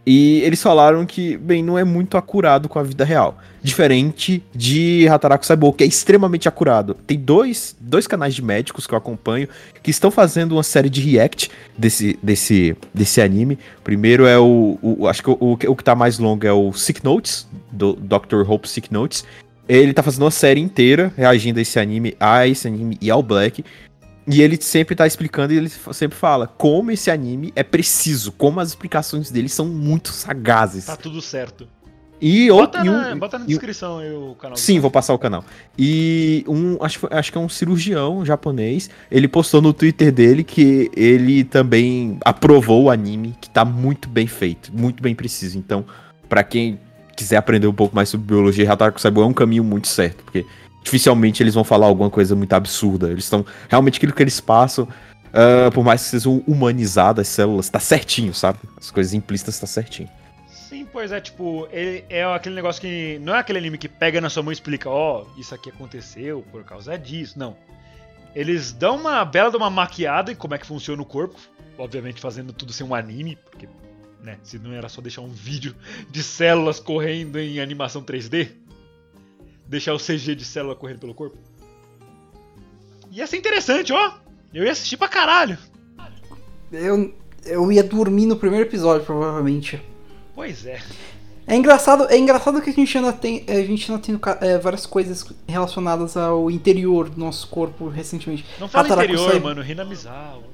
E eles falaram que, bem, não é muito acurado com a vida real. Diferente de Hataraku Saibou, que é extremamente acurado. Tem dois canais de médicos que eu acompanho que estão fazendo uma série de react desse anime. Primeiro é acho que o que tá mais longo é o Sick Notes, do Dr. Hope Sick Notes. Ele tá fazendo uma série inteira reagindo a esse anime e ao Black. E ele sempre tá explicando e ele sempre fala como esse anime é preciso, como as explicações dele são muito sagazes. Tá tudo certo. Bota na descrição aí o canal. Sim, vou passar o canal. E acho que é um cirurgião japonês, ele postou no Twitter dele que ele também aprovou o anime, que tá muito bem feito, muito bem preciso. Então, pra quem quiser aprender um pouco mais sobre biologia, Hataraku Saibou é um caminho muito certo, porque dificilmente eles vão falar alguma coisa muito absurda. Eles estão... Realmente aquilo que eles passam, por mais que sejam humanizadas as células, tá certinho, sabe? As coisas implícitas tá certinho. Sim, pois é, tipo, ele é aquele negócio que... Não é aquele anime que pega na sua mão e explica, isso aqui aconteceu por causa disso. Não. Eles dão uma bela de uma maquiada em como é que funciona o corpo. Obviamente fazendo tudo ser um anime, porque, né, se não era só deixar um vídeo de células correndo em animação 3D... Deixar o CG de célula correndo pelo corpo. Ia ser interessante, ó. Eu ia assistir pra caralho. Eu ia dormir no primeiro episódio, provavelmente. Pois é. É engraçado que a gente ainda tem várias coisas relacionadas ao interior do nosso corpo recentemente. Não fala interior, mano. Hinamizawa.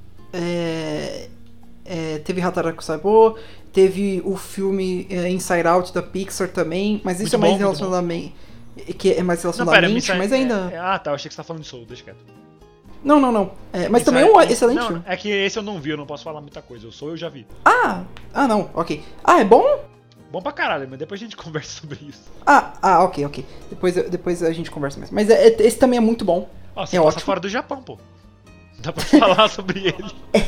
Teve Hataraku Saibou, teve o filme Inside Out da Pixar também, mas isso muito é mais relacionado que é mais relacionado à mente, mas ainda... tá, eu achei que você tá falando de Soul, deixa quieto. Não. Mas também é um excelente filme. É que esse eu não vi, eu não posso falar muita coisa. Eu já vi. Não, ok. É bom? Bom pra caralho, mas depois a gente conversa sobre isso. Ok. Depois a gente conversa mais. Mas esse também é muito bom. Você passa fora do Japão, pô. Dá pra falar sobre ele.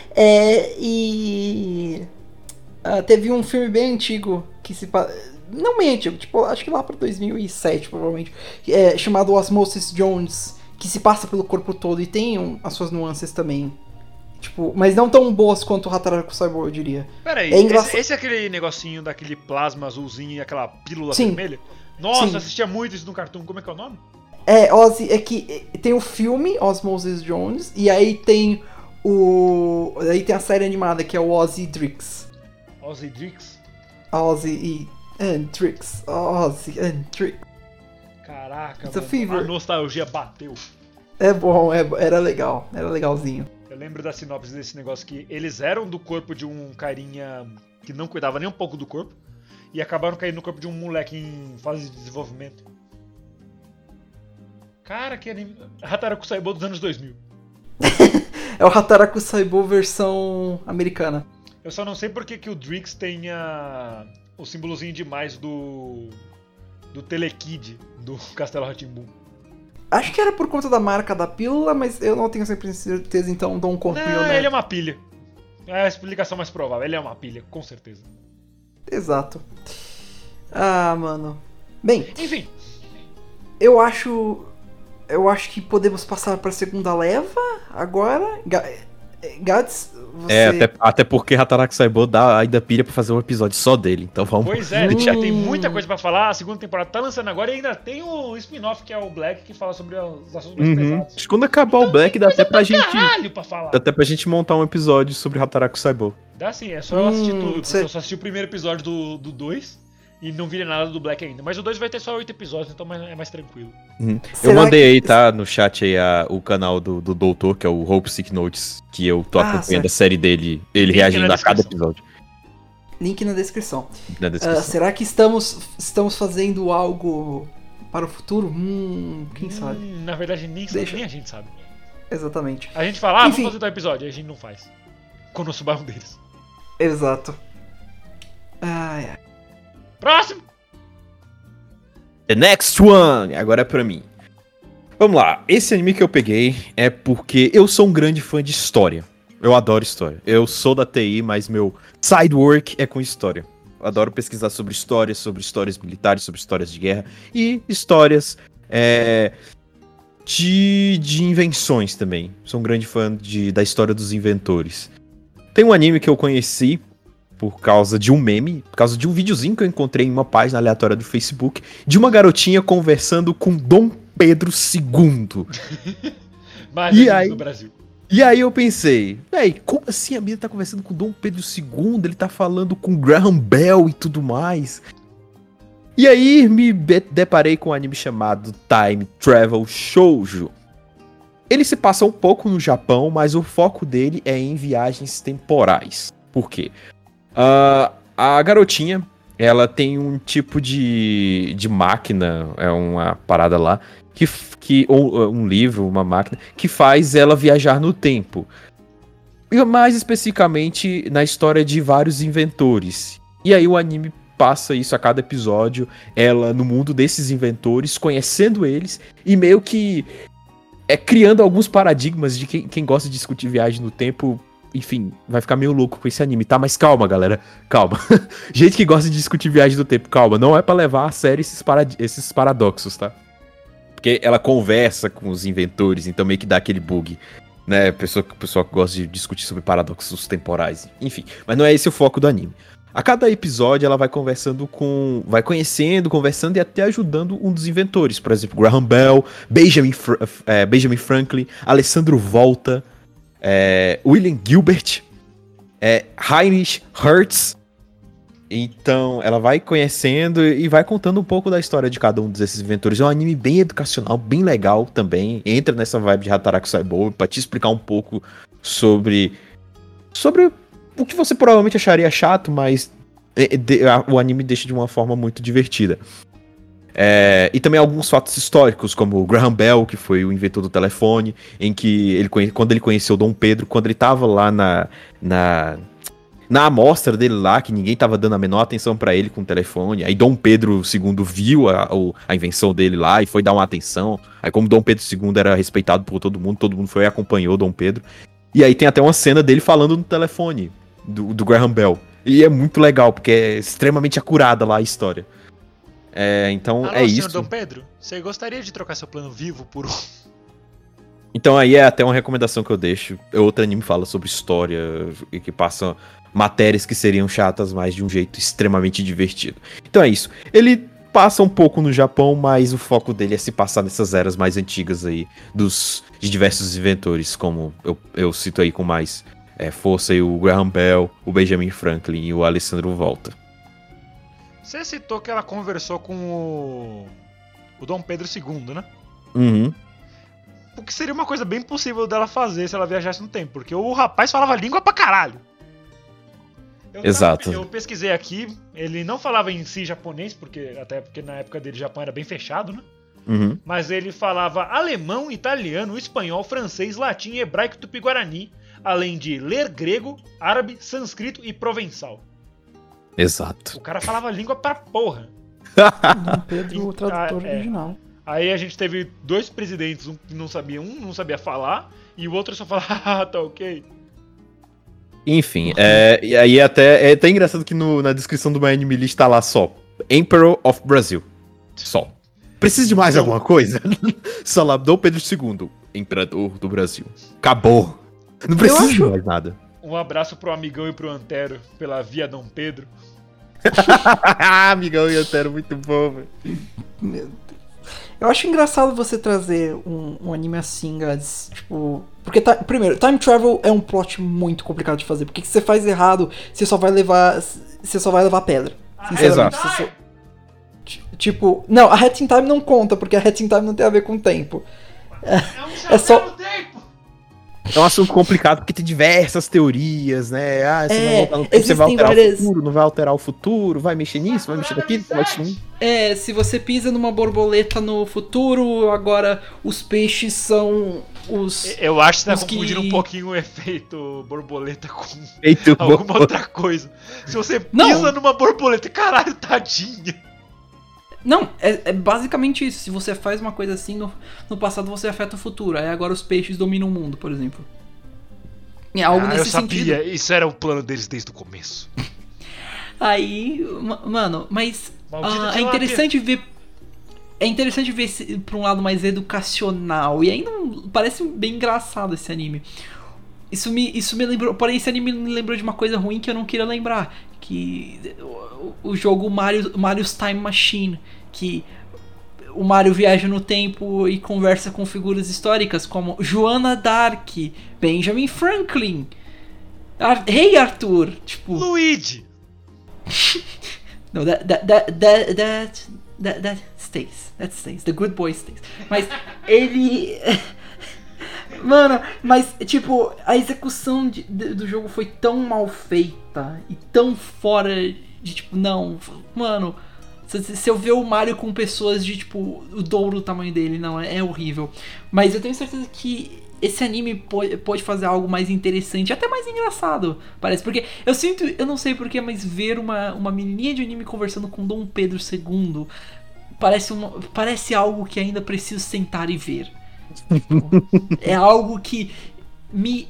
Teve um filme bem antigo que se... Não bem antigo, tipo, acho que lá pra 2007, provavelmente. Chamado Osmosis Jones, que se passa pelo corpo todo e tem as suas nuances também. Tipo, mas não tão boas quanto o Hataraku Saibou, eu diria. Peraí, esse é aquele negocinho daquele plasma azulzinho e aquela pílula vermelha? Nossa, eu assistia muito isso no cartoon, como é que é o nome? Que tem o filme Osmosis Jones, e aí tem aí tem a série animada, que é o Ozzy Drix. Ozzy Drix? Ozzy Drix. Caraca, mano, a nostalgia bateu. É bom, era legal, era legalzinho. Eu lembro da sinopse desse negócio que eles eram do corpo de um carinha que não cuidava nem um pouco do corpo e acabaram caindo no corpo de um moleque em fase de desenvolvimento. Cara, que anime... Hataraku Saibou dos anos 2000. É o Hataraku Saibou versão americana. Eu só não sei por que o Drix tenha o símbolozinho demais do Telekid do Castelo Rá-Tim-Bum. Acho que era por conta da marca da pílula, mas eu não tenho sempre certeza, então dou um conto meu, né? Ele é uma pilha. É a explicação mais provável, ele é uma pilha, com certeza. Exato. Mano. Bem, enfim. Eu acho que podemos passar pra segunda leva agora. Gads, você... até porque Hataraku Saibou dá ainda pilha pra fazer um episódio só dele, então vamos... Pois é, já tem muita coisa pra falar, a segunda temporada tá lançando agora e ainda tem o spin-off que é o Black, que fala sobre os assuntos mais pesados. Quando acabar o Black, dá até pra gente... Pra falar. Dá até pra gente montar um episódio sobre Hataraku Saibou. Dá sim, é só eu assistir tudo, porque eu só assisti o primeiro episódio do 2 e não vi nada do Black ainda. Mas o 2 vai ter só 8 episódios, então é mais tranquilo. Eu mandei aí, tá, no chat aí o canal do doutor, que é o Hope Sick Notes, que eu tô acompanhando a série dele, ele reagindo a cada episódio. Link na descrição. Será que estamos fazendo algo para o futuro? Quem sabe? Na verdade, nem a gente sabe. Exatamente. A gente fala, vamos fazer tal episódio, e a gente não faz. Konosuba é um deles. Exato. Próximo! The next one! Agora é pra mim. Vamos lá. Esse anime que eu peguei é porque eu sou um grande fã de história. Eu adoro história. Eu sou da TI, mas meu side work é com história. Eu adoro pesquisar sobre histórias militares, sobre histórias de guerra e histórias de invenções também. Sou um grande fã da história dos inventores. Tem um anime que eu conheci por causa de um meme, por causa de um videozinho que eu encontrei em uma página aleatória do Facebook, de uma garotinha conversando com Dom Pedro II. Mais e aí, no Brasil. E aí eu pensei, véi, como assim a menina tá conversando com Dom Pedro II? Ele tá falando com Graham Bell e tudo mais. E aí me deparei com um anime chamado Time Travel Shoujo. Ele se passa um pouco no Japão, mas o foco dele é em viagens temporais. Por quê? A garotinha, ela tem um tipo de máquina, é uma parada lá, ou um livro, uma máquina, que faz ela viajar no tempo. E mais especificamente na história de vários inventores. E aí o anime passa isso a cada episódio, ela no mundo desses inventores, conhecendo eles, e meio que criando alguns paradigmas de quem gosta de discutir viagem no tempo. Enfim, vai ficar meio louco com esse anime, tá? Mas calma, galera, calma. Gente que gosta de discutir viagem do tempo, calma. Não é pra levar a sério esses paradoxos, tá? Porque ela conversa com os inventores, então meio que dá aquele bug, né? Pessoa que gosta de discutir sobre paradoxos temporais. Enfim, mas não é esse o foco do anime. A cada episódio ela vai conhecendo, conversando e até ajudando um dos inventores. Por exemplo, Graham Bell, Benjamin Franklin, Alessandro Volta, William Gilbert, Heinrich Hertz. Então ela vai conhecendo e vai contando um pouco da história de cada um desses inventores. É um anime bem educacional, bem legal também. Entra nessa vibe de Hataraku Saibou pra te explicar um pouco sobre o que você provavelmente acharia chato, mas o anime deixa de uma forma muito divertida. E também alguns fatos históricos, como o Graham Bell, que foi o inventor do telefone, em que quando ele conheceu Dom Pedro, quando ele tava lá na amostra dele lá, que ninguém tava dando a menor atenção pra ele com o telefone, aí Dom Pedro II viu a invenção dele lá e foi dar uma atenção. Aí como Dom Pedro II era respeitado por todo mundo foi e acompanhou Dom Pedro. E aí tem até uma cena dele falando no telefone do Graham Bell. E é muito legal, porque é extremamente acurada lá a história. Então é isso. Senhor Dom Pedro, você gostaria de trocar seu plano vivo por um? Então aí é até uma recomendação que eu deixo. Outro anime fala sobre história e que passa matérias que seriam chatas, mas de um jeito extremamente divertido. Então é isso. Ele passa um pouco no Japão, mas o foco dele é se passar nessas eras mais antigas aí, de diversos inventores, como eu cito aí com mais força aí o Graham Bell, o Benjamin Franklin e o Alessandro Volta. Você citou que ela conversou com o Dom Pedro II, né? Uhum. O que seria uma coisa bem possível dela fazer se ela viajasse no tempo, porque o rapaz falava língua pra caralho. Exato. Eu pesquisei aqui, ele não falava em si japonês, até porque na época dele o Japão era bem fechado, né? Uhum. Mas ele falava alemão, italiano, espanhol, francês, latim, hebraico e tupi-guarani, além de ler grego, árabe, sânscrito e provençal. Exato. O cara falava língua pra porra. Dom Pedro, o tradutor original. Aí a gente teve dois presidentes, um não sabia falar, e o outro só falava, tá ok. Enfim, e aí é até engraçado que na descrição do My Anime List tá lá só Emperor of Brazil. Só. Precisa de mais alguma coisa? Só lá, Dom Pedro II, Imperador do Brasil. Acabou. Não precisa de mais nada. Um abraço pro Amigão e pro Antero, pela via Dom Pedro. Amigão e Antero, muito bom, velho. Meu Deus. Eu acho engraçado você trazer um anime assim, guys, tipo... Porque, primeiro, Time Travel é um plot muito complicado de fazer, porque se você faz errado, você só vai levar pedra. Exato. Tipo, não, a Hat in Time não conta, porque a Hat in Time não tem a ver com o tempo. É só... É um assunto complicado porque tem diversas teorias, né? Você vai voltar no tempo, você vai alterar o futuro, não vai alterar o futuro, vai mexer nisso, vai mexer naquilo, vai mexer. Se você pisa numa borboleta no futuro, agora os peixes são os... Eu acho que você tá confundindo um pouquinho o efeito borboleta com alguma outra coisa. Se você pisa numa borboleta, caralho, tadinha. Não, é basicamente isso. Se você faz uma coisa assim, no passado você afeta o futuro. Aí agora os peixes dominam o mundo, por exemplo. É algo nesse sentido. Eu sabia, isso era o plano deles desde o começo. Aí, mano, mas é interessante ver... É interessante ver pra um lado mais educacional. E ainda parece bem engraçado esse anime. Isso me lembrou. Porém, esse anime me lembrou de uma coisa ruim que eu não queria lembrar. Que o jogo Mario's Time Machine. Que o Mario viaja no tempo e conversa com figuras históricas como Joana Dark, Benjamin Franklin, Rei Arthur. Tipo. Luigi! No, that stays. That stays. The good boy stays. Mas ele. Mano, mas tipo, a execução do jogo foi tão mal feita e tão fora de tipo, não, mano, se eu ver o Mario com pessoas de tipo, o dobro do tamanho dele, não, é horrível. Mas eu tenho certeza que esse anime pode fazer algo mais interessante, até mais engraçado, parece, porque eu não sei porquê, mas ver uma menininha de anime conversando com Dom Pedro II parece algo que ainda preciso sentar e ver. É algo que me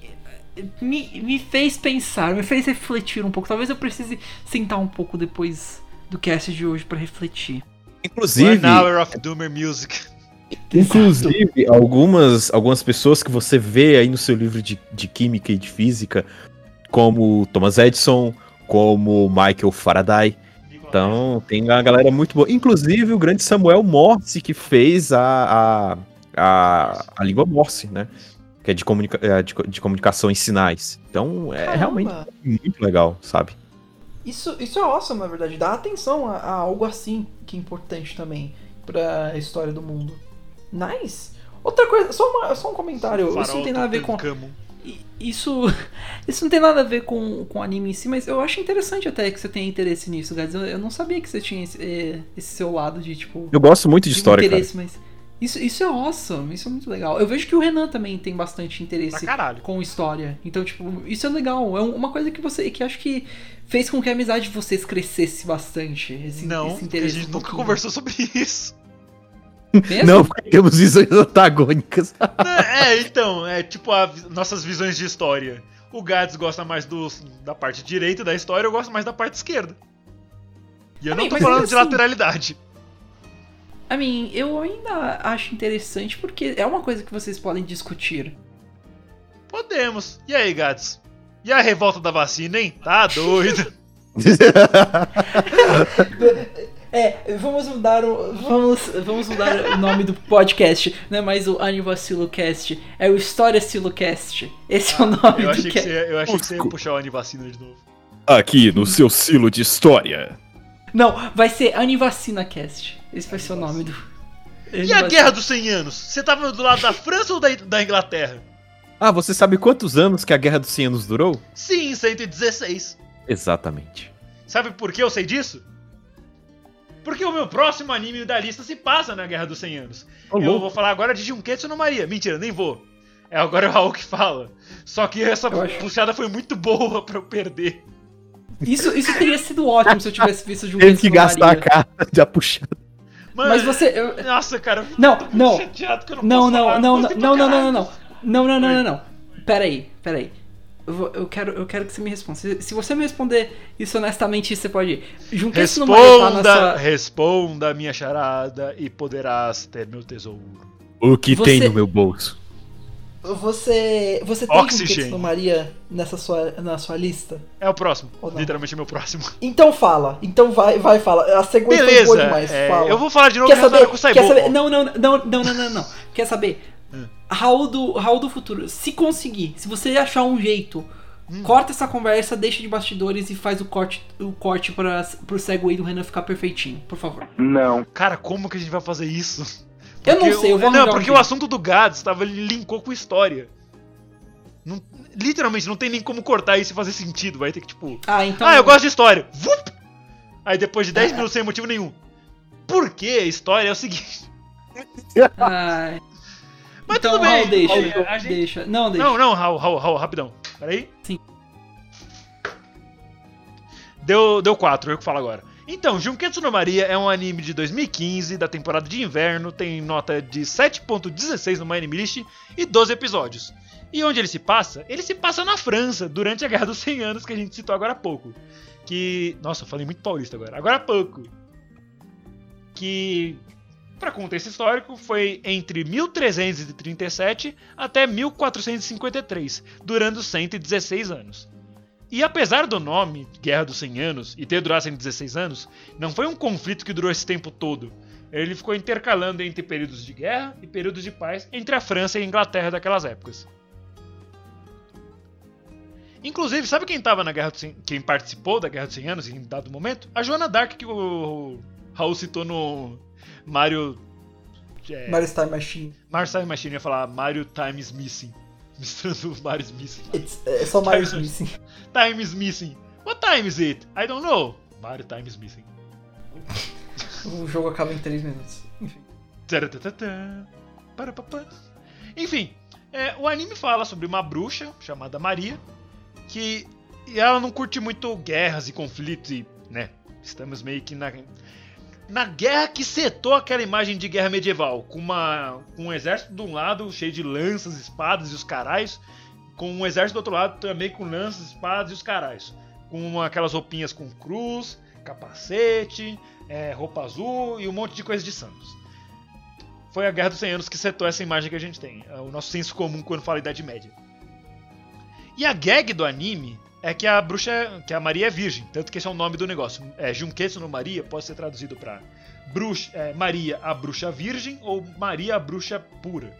fez pensar, me fez refletir um pouco. Talvez eu precise sentar um pouco depois do cast de hoje pra refletir. Inclusive, One Hour of Doomer Music. Inclusive, algumas pessoas que você vê aí no seu livro de química e de física, como Thomas Edison, como Michael Faraday. Então, tem uma galera muito boa. Inclusive, o grande Samuel Morse, que fez a língua Morse, né? Que é de comunicação em sinais. Então, é realmente muito legal, sabe? Isso é awesome, na verdade. Dá atenção a algo assim que é importante também pra história do mundo. Nice. Outra coisa, só um comentário. Isso não tem nada a ver com... Isso não tem nada a ver com o anime em si, mas eu acho interessante até que você tenha interesse nisso, Gads. Eu não sabia que você tinha esse seu lado de, tipo... Eu gosto muito de história, interesse, cara. Mas isso é awesome, isso é muito legal. Eu vejo que o Renan também tem bastante interesse com história. Então, tipo, isso é legal. É uma coisa que acho que fez com que a amizade de vocês crescesse bastante. Esse interesse. A gente nunca conversou sobre isso. Mesmo? Não, porque temos visões antagônicas. Então, é tipo nossas visões de história. O Gads gosta mais da parte direita da história, eu gosto mais da parte esquerda. E eu não tô falando de lateralidade. Eu ainda acho interessante porque é uma coisa que vocês podem discutir. Podemos. E aí, Gads? E a revolta da vacina, hein? Tá doido. Vamos mudar o nome do podcast. Não é mais o Anivacilocast, é o História Silocast. Esse é o nome eu achei que você ia puxar o Anivacina de novo. Aqui no seu silo de história. Não, vai ser AniVacinaCast. Esse vai ser o nome do... E a Guerra dos 100 Anos? Você tava do lado da França ou da Inglaterra? Ah, você sabe quantos anos que a Guerra dos 100 Anos durou? Sim, 116. Exatamente. Sabe por que eu sei disso? Porque o meu próximo anime da lista se passa na Guerra dos 100 Anos. Eu vou falar agora de Junketsu no Maria. Mentira, nem vou. Agora é o Raul que fala. Só que essa puxada foi muito boa pra eu perder. Isso teria sido ótimo se eu tivesse visto Junketsu no Maria. Teve que gastar a carta de puxada. Mas você... Nossa, cara. Não. Chateado que eu não posso falar. Não. Pera aí. Eu quero que você me responda. Se você me responder isso honestamente, você pode ir. Junketsu no Maria tá na sua... Responda a minha charada e poderás ter meu tesouro. O que tem no meu bolso? Você tem Junketsu no Maria na sua lista? É o próximo. Literalmente é meu próximo. Então fala. Então vai fala. A segunda foi boa demais. Fala. Eu vou falar de novo. Quer saber? Não. Quer saber? Raul do futuro. Se conseguir, se você achar um jeito, corta essa conversa, deixa de bastidores e faz o corte pro segue do Renan ficar perfeitinho, por favor. Não. Cara, como que a gente vai fazer isso? Eu não sei, eu vou arranjar porque o assunto do Gads linkou com história. Literalmente, não tem nem como cortar isso e fazer sentido. Vai ter que, tipo... eu gosto de história. Vup! Aí depois de 10 minutos sem motivo nenhum. Por que a história é o seguinte? Mas então, tudo bem. Raul, deixa. Não, deixa. Não, Raul, rapidão. Peraí. Sim. Deu 4, eu que falo agora. Então, Junketsu no Maria é um anime de 2015, da temporada de inverno, tem nota de 7.16 no My Anime List e 12 episódios. E onde ele se passa? Ele se passa na França, durante a Guerra dos 100 Anos, que a gente citou agora há pouco. Nossa, eu falei muito paulista agora. Agora há pouco. Que Para contexto histórico, foi entre 1337 até 1453, durando 116 anos. E apesar do nome, Guerra dos 100 Anos, e ter durado 116 anos, não foi um conflito que durou esse tempo todo. Ele ficou intercalando entre períodos de guerra e períodos de paz entre a França e a Inglaterra daquelas épocas. Inclusive, sabe quem tava na Guerra dos 100, quem participou da Guerra dos 100 Anos em dado momento? A Joana Dark, que o Raul citou no Mario... Mario Time Machine. Mario Time Machine, ia falar Mario Times Missing. Misturando os Marios Missing. É só Mario Missing. Time is missing. What time is it? I don't know. Mario Time is missing. O jogo acaba em 3 minutos. Enfim. Enfim, o anime fala sobre uma bruxa chamada Maria, que ela não curte muito guerras e conflitos e, né, estamos meio que na guerra que setou aquela imagem de guerra medieval, com um exército de um lado cheio de lanças, espadas e os caralhos, com um exército do outro lado também com lanças, espadas e os caralhos, com aquelas roupinhas com cruz, capacete, roupa azul e um monte de coisa de santos. Foi a Guerra dos 100 Anos que setou essa imagem que a gente tem, o nosso senso comum quando fala Idade Média. E a gag do anime é que a bruxa, que a Maria é virgem, tanto que esse é o nome do negócio. Junketsu no Maria pode ser traduzido para Maria a bruxa virgem ou Maria a bruxa pura.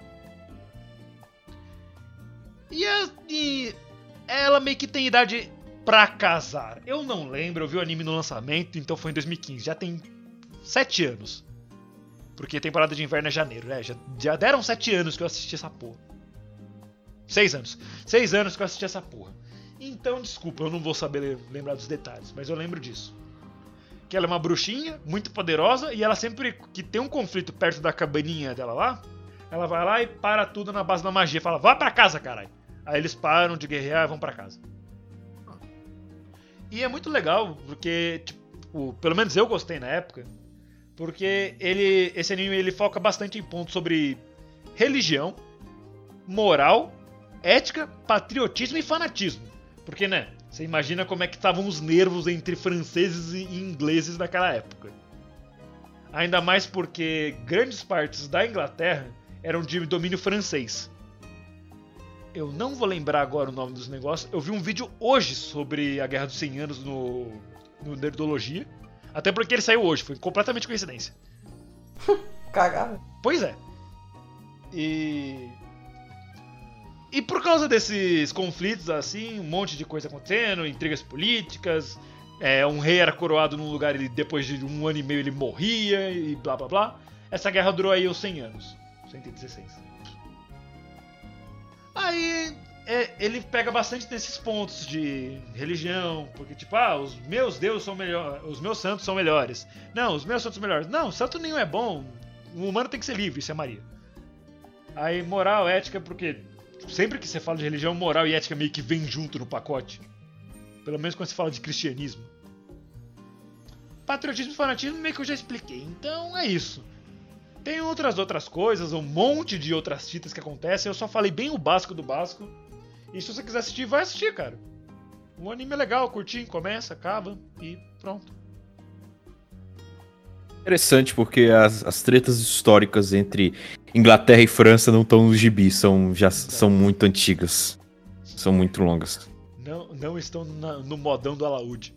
E ela meio que tem idade pra casar. Eu não lembro, eu vi o anime no lançamento, então foi em 2015, já tem 7 anos. Porque a temporada de inverno é janeiro, né? Já deram 7 anos que eu assisti essa porra. 6 anos. 6 anos que eu assisti essa porra. Então, desculpa, eu não vou saber lembrar dos detalhes, mas eu lembro disso. Que ela é uma bruxinha, muito poderosa, e ela sempre que tem um conflito perto da cabaninha dela lá, ela vai lá e para tudo na base da magia. Fala, vá pra casa, caralho. Aí eles param de guerrear e vão pra casa. E é muito legal, porque, tipo, pelo menos eu gostei na época, porque esse anime ele foca bastante em pontos sobre religião, moral, ética, patriotismo e fanatismo. Porque, né, você imagina como é que estavam os nervos entre franceses e ingleses naquela época. Ainda mais porque grandes partes da Inglaterra eram de domínio francês. Eu não vou lembrar agora o nome dos negócios. Eu vi um vídeo hoje sobre a Guerra dos 100 Anos no Nerdologia. Até porque ele saiu hoje, foi completamente coincidência. Cagada. Pois é. E por causa desses conflitos, assim, um monte de coisa acontecendo, intrigas políticas, um rei era coroado num lugar e depois de 1 ano e meio ele morria e blá blá blá. Essa guerra durou aí os 100 anos, 116. Aí ele pega bastante desses pontos de religião, porque tipo, os meus deuses são melhores, os meus santos são melhores. Não, os meus santos são melhores. Não, santo nenhum é bom, o humano tem que ser livre, isso é Maria. Aí moral, ética, porque sempre que você fala de religião, moral e ética meio que vem junto no pacote. Pelo menos quando se fala de cristianismo. Patriotismo e fanatismo meio que eu já expliquei, então é isso. Tem outras coisas, um monte de outras fitas que acontecem, eu só falei bem o básico do básico. E se você quiser assistir, vai assistir, cara. Um anime é legal, curtinho, começa, acaba e pronto. Interessante, porque as tretas históricas entre Inglaterra e França não estão no gibi, já são muito antigas. São muito longas. Não estão no modão do Alaúde.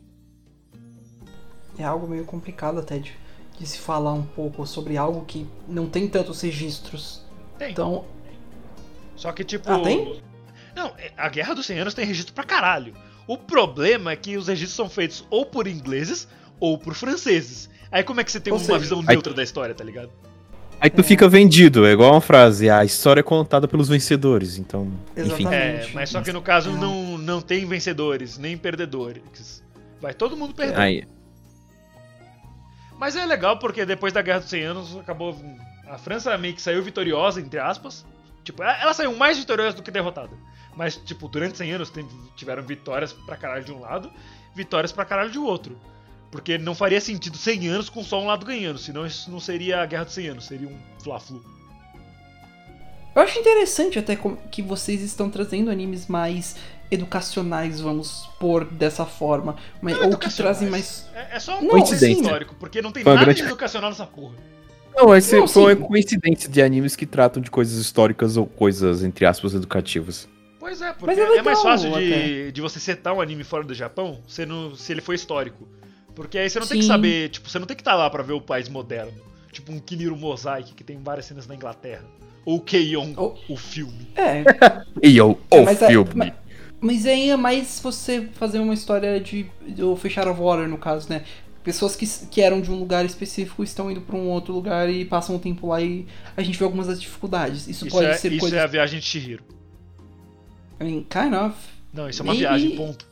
É algo meio complicado até de se falar um pouco sobre algo que não tem tantos registros. Tem. Então... Só que tipo... tem? Não, a Guerra dos 100 Anos tem registro pra caralho. O problema é que os registros são feitos ou por ingleses ou por franceses. Aí como é que você tem uma visão neutra da história, tá ligado? Aí tu fica vendido, é igual uma frase, a história é contada pelos vencedores, então, enfim. Exatamente. Mas só que no caso não tem vencedores, nem perdedores. Vai todo mundo perder. Aí. Mas é legal porque depois da Guerra dos 100 Anos acabou... A França meio que saiu vitoriosa, entre aspas. Tipo, ela saiu mais vitoriosa do que derrotada. Mas, tipo, durante 100 anos tiveram vitórias pra caralho de um lado, vitórias pra caralho de outro. Porque não faria sentido 100 anos com só um lado ganhando, senão isso não seria a Guerra dos 100 Anos, seria um fla-flu. Eu acho interessante até que vocês estão trazendo animes mais educacionais, vamos pôr dessa forma. Mas, ou que trazem mais... É só um contexto histórico, porque não tem nada de educacional nessa porra. Não, esse foi uma coincidência de animes que tratam de coisas históricas ou coisas, entre aspas, educativas. Pois é, porque é mais fácil de você setar um anime fora do Japão se ele for histórico. Porque aí você não tem que saber, tipo, você não tem que estar lá pra ver o país moderno. Tipo um Kiniro Mosaic, que tem várias cenas na Inglaterra. Ou Keion, o filme. Keion, filme. Mas aí é mais você fazer uma história do Fechar of Water, no caso, né? Pessoas que eram de um lugar específico estão indo pra um outro lugar e passam um tempo lá e a gente vê algumas das dificuldades. Isso pode ser coisa... Isso é a viagem de Chihiro. I mean, kind of. Não, isso é uma viagem, ponto.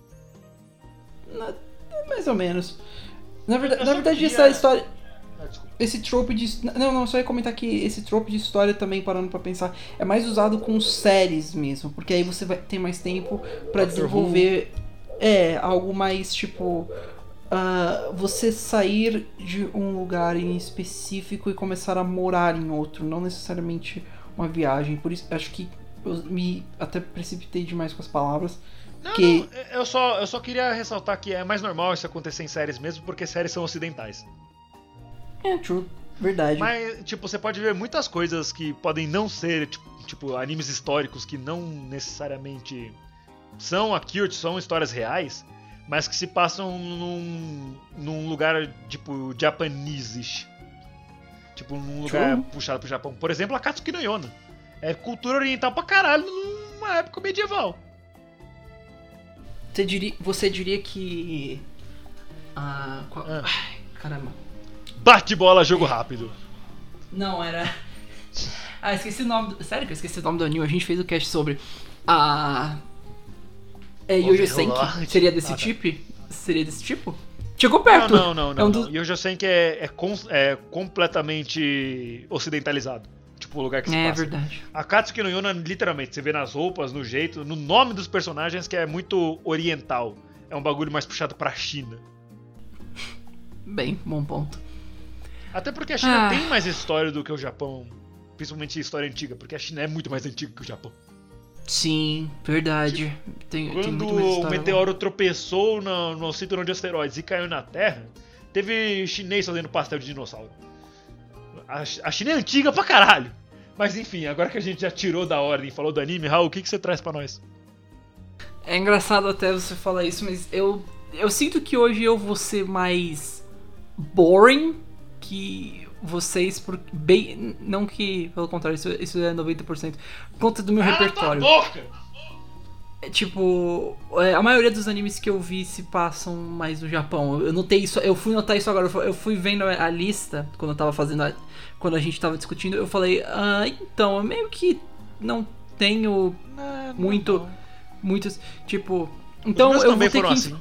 Mais ou menos. Na verdade, essa história... Esse trope de... Não, só ia comentar que esse trope de história também, parando pra pensar, é mais usado com séries mesmo. Porque aí você vai ter mais tempo pra desenvolver algo mais, tipo... você sair de um lugar em específico e começar a morar em outro. Não necessariamente uma viagem. Por isso, acho que eu me até precipitei demais com as palavras. Não, eu só queria ressaltar que é mais normal isso acontecer em séries mesmo, porque séries são ocidentais. True. Verdade. Mas, tipo, você pode ver muitas coisas que podem não ser, tipo animes históricos que não necessariamente são accurate, são histórias reais, mas que se passam num lugar, tipo, Japanese-ish. Tipo, num lugar puxado pro Japão. Por exemplo, Akatsuki no Yona. É cultura oriental pra caralho numa época medieval. Você diria que... Ai, caramba. Bate-bola, jogo rápido. Não, era... esqueci o nome... Sério que eu esqueci o nome do anime? A gente fez o cast sobre... Yojo Senki. Seria desse tipo? Seria desse tipo? Chegou perto. Não. Yojo Senki é completamente ocidentalizado. Tipo, o lugar que se passa. É verdade. Akatsuki no Yona, literalmente, você vê nas roupas, no jeito, no nome dos personagens, que é muito oriental. É um bagulho mais puxado pra China. Bem, bom ponto. Até porque a China tem mais história do que o Japão. Principalmente história antiga, porque a China é muito mais antiga que o Japão. Sim, verdade. Tem muito mais história. Quando o meteoro tropeçou no cinturão de asteroides e caiu na Terra, teve chinês fazendo pastel de dinossauro. A China é antiga pra caralho. Mas enfim, agora que a gente já tirou da ordem e falou do anime, Raul, o que você traz pra nós? É engraçado até você falar isso, mas eu sinto que hoje eu vou ser mais boring que vocês, bem, não que, pelo contrário, isso é 90%, por conta do meu repertório. Tipo, a maioria dos animes que eu vi se passam mais no Japão. Eu notei isso, eu fui notar isso agora. Eu fui vendo a lista quando eu tava fazendo, quando a gente tava discutindo. Eu falei, então, eu meio que não tenho muitos, tipo. Então eu vou ter que. Assim.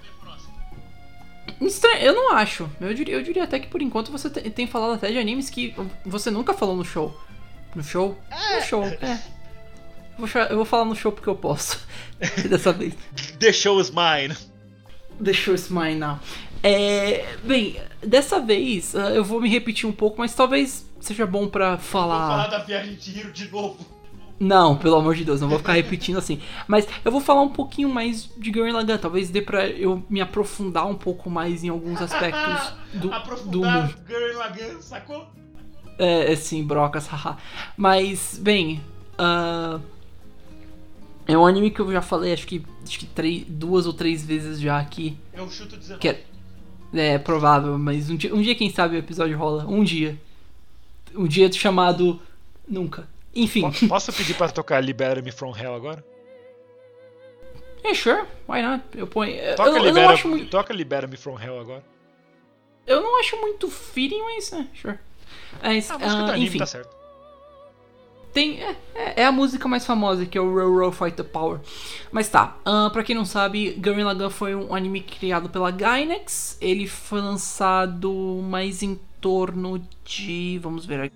Eu não acho. Eu diria até que por enquanto você tem falado até de animes que você nunca falou no show. No show? No show, Eu vou falar no show porque eu posso. Dessa vez. The show is mine. The show is mine now. Bem, dessa vez eu vou me repetir um pouco, mas talvez seja bom pra falar. Vou falar da viagem de Chihiro de novo. Não, pelo amor de Deus, não vou ficar repetindo assim. Mas eu vou falar um pouquinho mais de Gurren Lagann. Talvez dê pra eu me aprofundar um pouco mais em alguns aspectos do mundo. Gurren Lagann, sacou? Sim, brocas, haha. Mas, bem... é um anime que eu já falei, acho que 2 ou 3 vezes já aqui. Eu chuto 19. É provável, mas um dia quem sabe o episódio rola. Um dia chamado Nunca. Enfim. Posso pedir pra tocar Libera-me From Hell agora? Sure, why not? Eu ponho. Toca Libera-me From Hell agora. Eu não acho muito fitting, mas sure. A música do anime enfim. Tá certo. Tem, é a música mais famosa, que é o Row Row Fight the Power. Mas tá, pra quem não sabe, Gurren Lagann foi um anime criado pela Gainax. Ele foi lançado mais em torno de... Vamos ver aqui.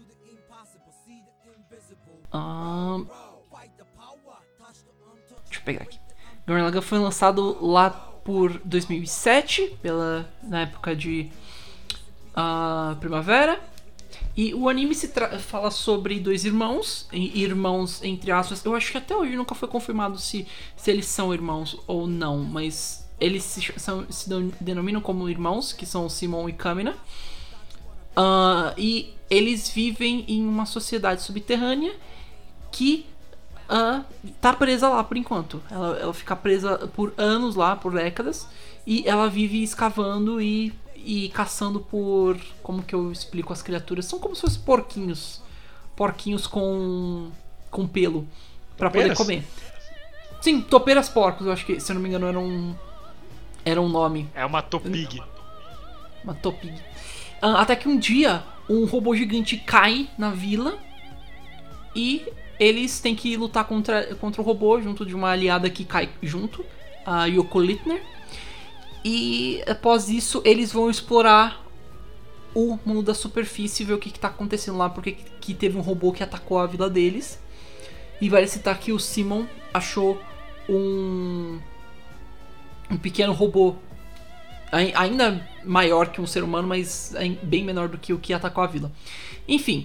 Deixa eu pegar aqui. Gurren Lagann foi lançado lá por 2007, na época de primavera. E o anime fala sobre 2 irmãos entre aspas. Eu acho que até hoje nunca foi confirmado se eles são irmãos ou não, mas eles se denominam como irmãos, que são Simon e Kamina. E eles vivem em uma sociedade subterrânea que tá presa lá por enquanto. Ela fica presa por anos lá, por décadas, e ela vive escavando e caçando por... Como que eu explico as criaturas? São como se fossem porquinhos. Porquinhos com pelo. Pra poder comer. Sim, topeiras porcos, eu acho que, se eu não me engano, era um nome. É uma topig. Uma topig. Até que um dia, um robô gigante cai na vila e eles têm que lutar contra o robô, junto de uma aliada que cai junto, a Yoko Littner. E após isso, eles vão explorar o mundo da superfície, ver o que tá acontecendo lá, porque que teve um robô que atacou a vila deles. E vai citar que o Simon achou um pequeno robô, ainda maior que um ser humano, mas bem menor do que o que atacou a vila. Enfim,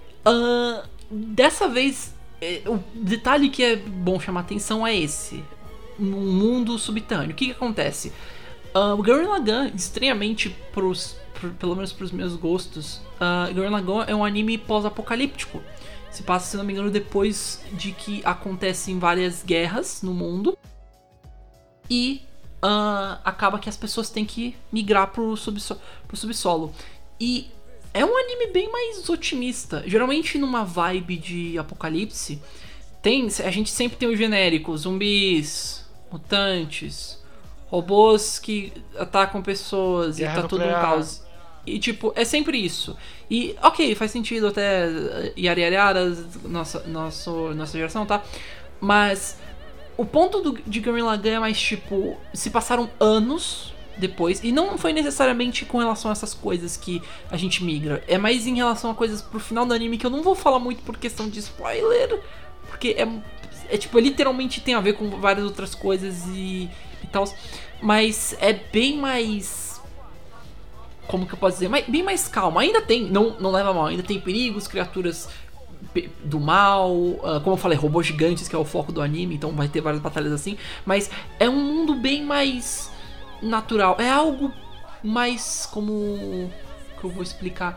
dessa vez, o detalhe que é bom chamar atenção é esse: no mundo subterrâneo. O que acontece? O Gurren Lagann, estranhamente, pelo menos pros meus gostos, Gurren Lagann é um anime pós-apocalíptico. Se passa, se não me engano, depois de que acontecem várias guerras no mundo. E acaba que as pessoas têm que migrar pro subsolo. E é um anime bem mais otimista. Geralmente numa vibe de apocalipse, a gente sempre tem o genérico: zumbis, mutantes, robôs que atacam pessoas, guerra e tá tudo um caos. E tipo, é sempre isso. E ok, faz sentido até yara, nossa geração, tá? Mas o ponto de Gurren Lagann é mais tipo, se passaram anos depois, e não foi necessariamente com relação a essas coisas que a gente migra, é mais em relação a coisas pro final do anime que eu não vou falar muito por questão de spoiler, porque tipo, literalmente tem a ver com várias outras coisas e tal, mas é bem mais... Como que eu posso dizer? Bem mais calma. Ainda tem, não leva a mal, ainda tem perigos, criaturas do mal, como eu falei, robôs gigantes, que é o foco do anime, então vai ter várias batalhas assim, mas é um mundo bem mais natural, é algo mais como... que eu vou explicar?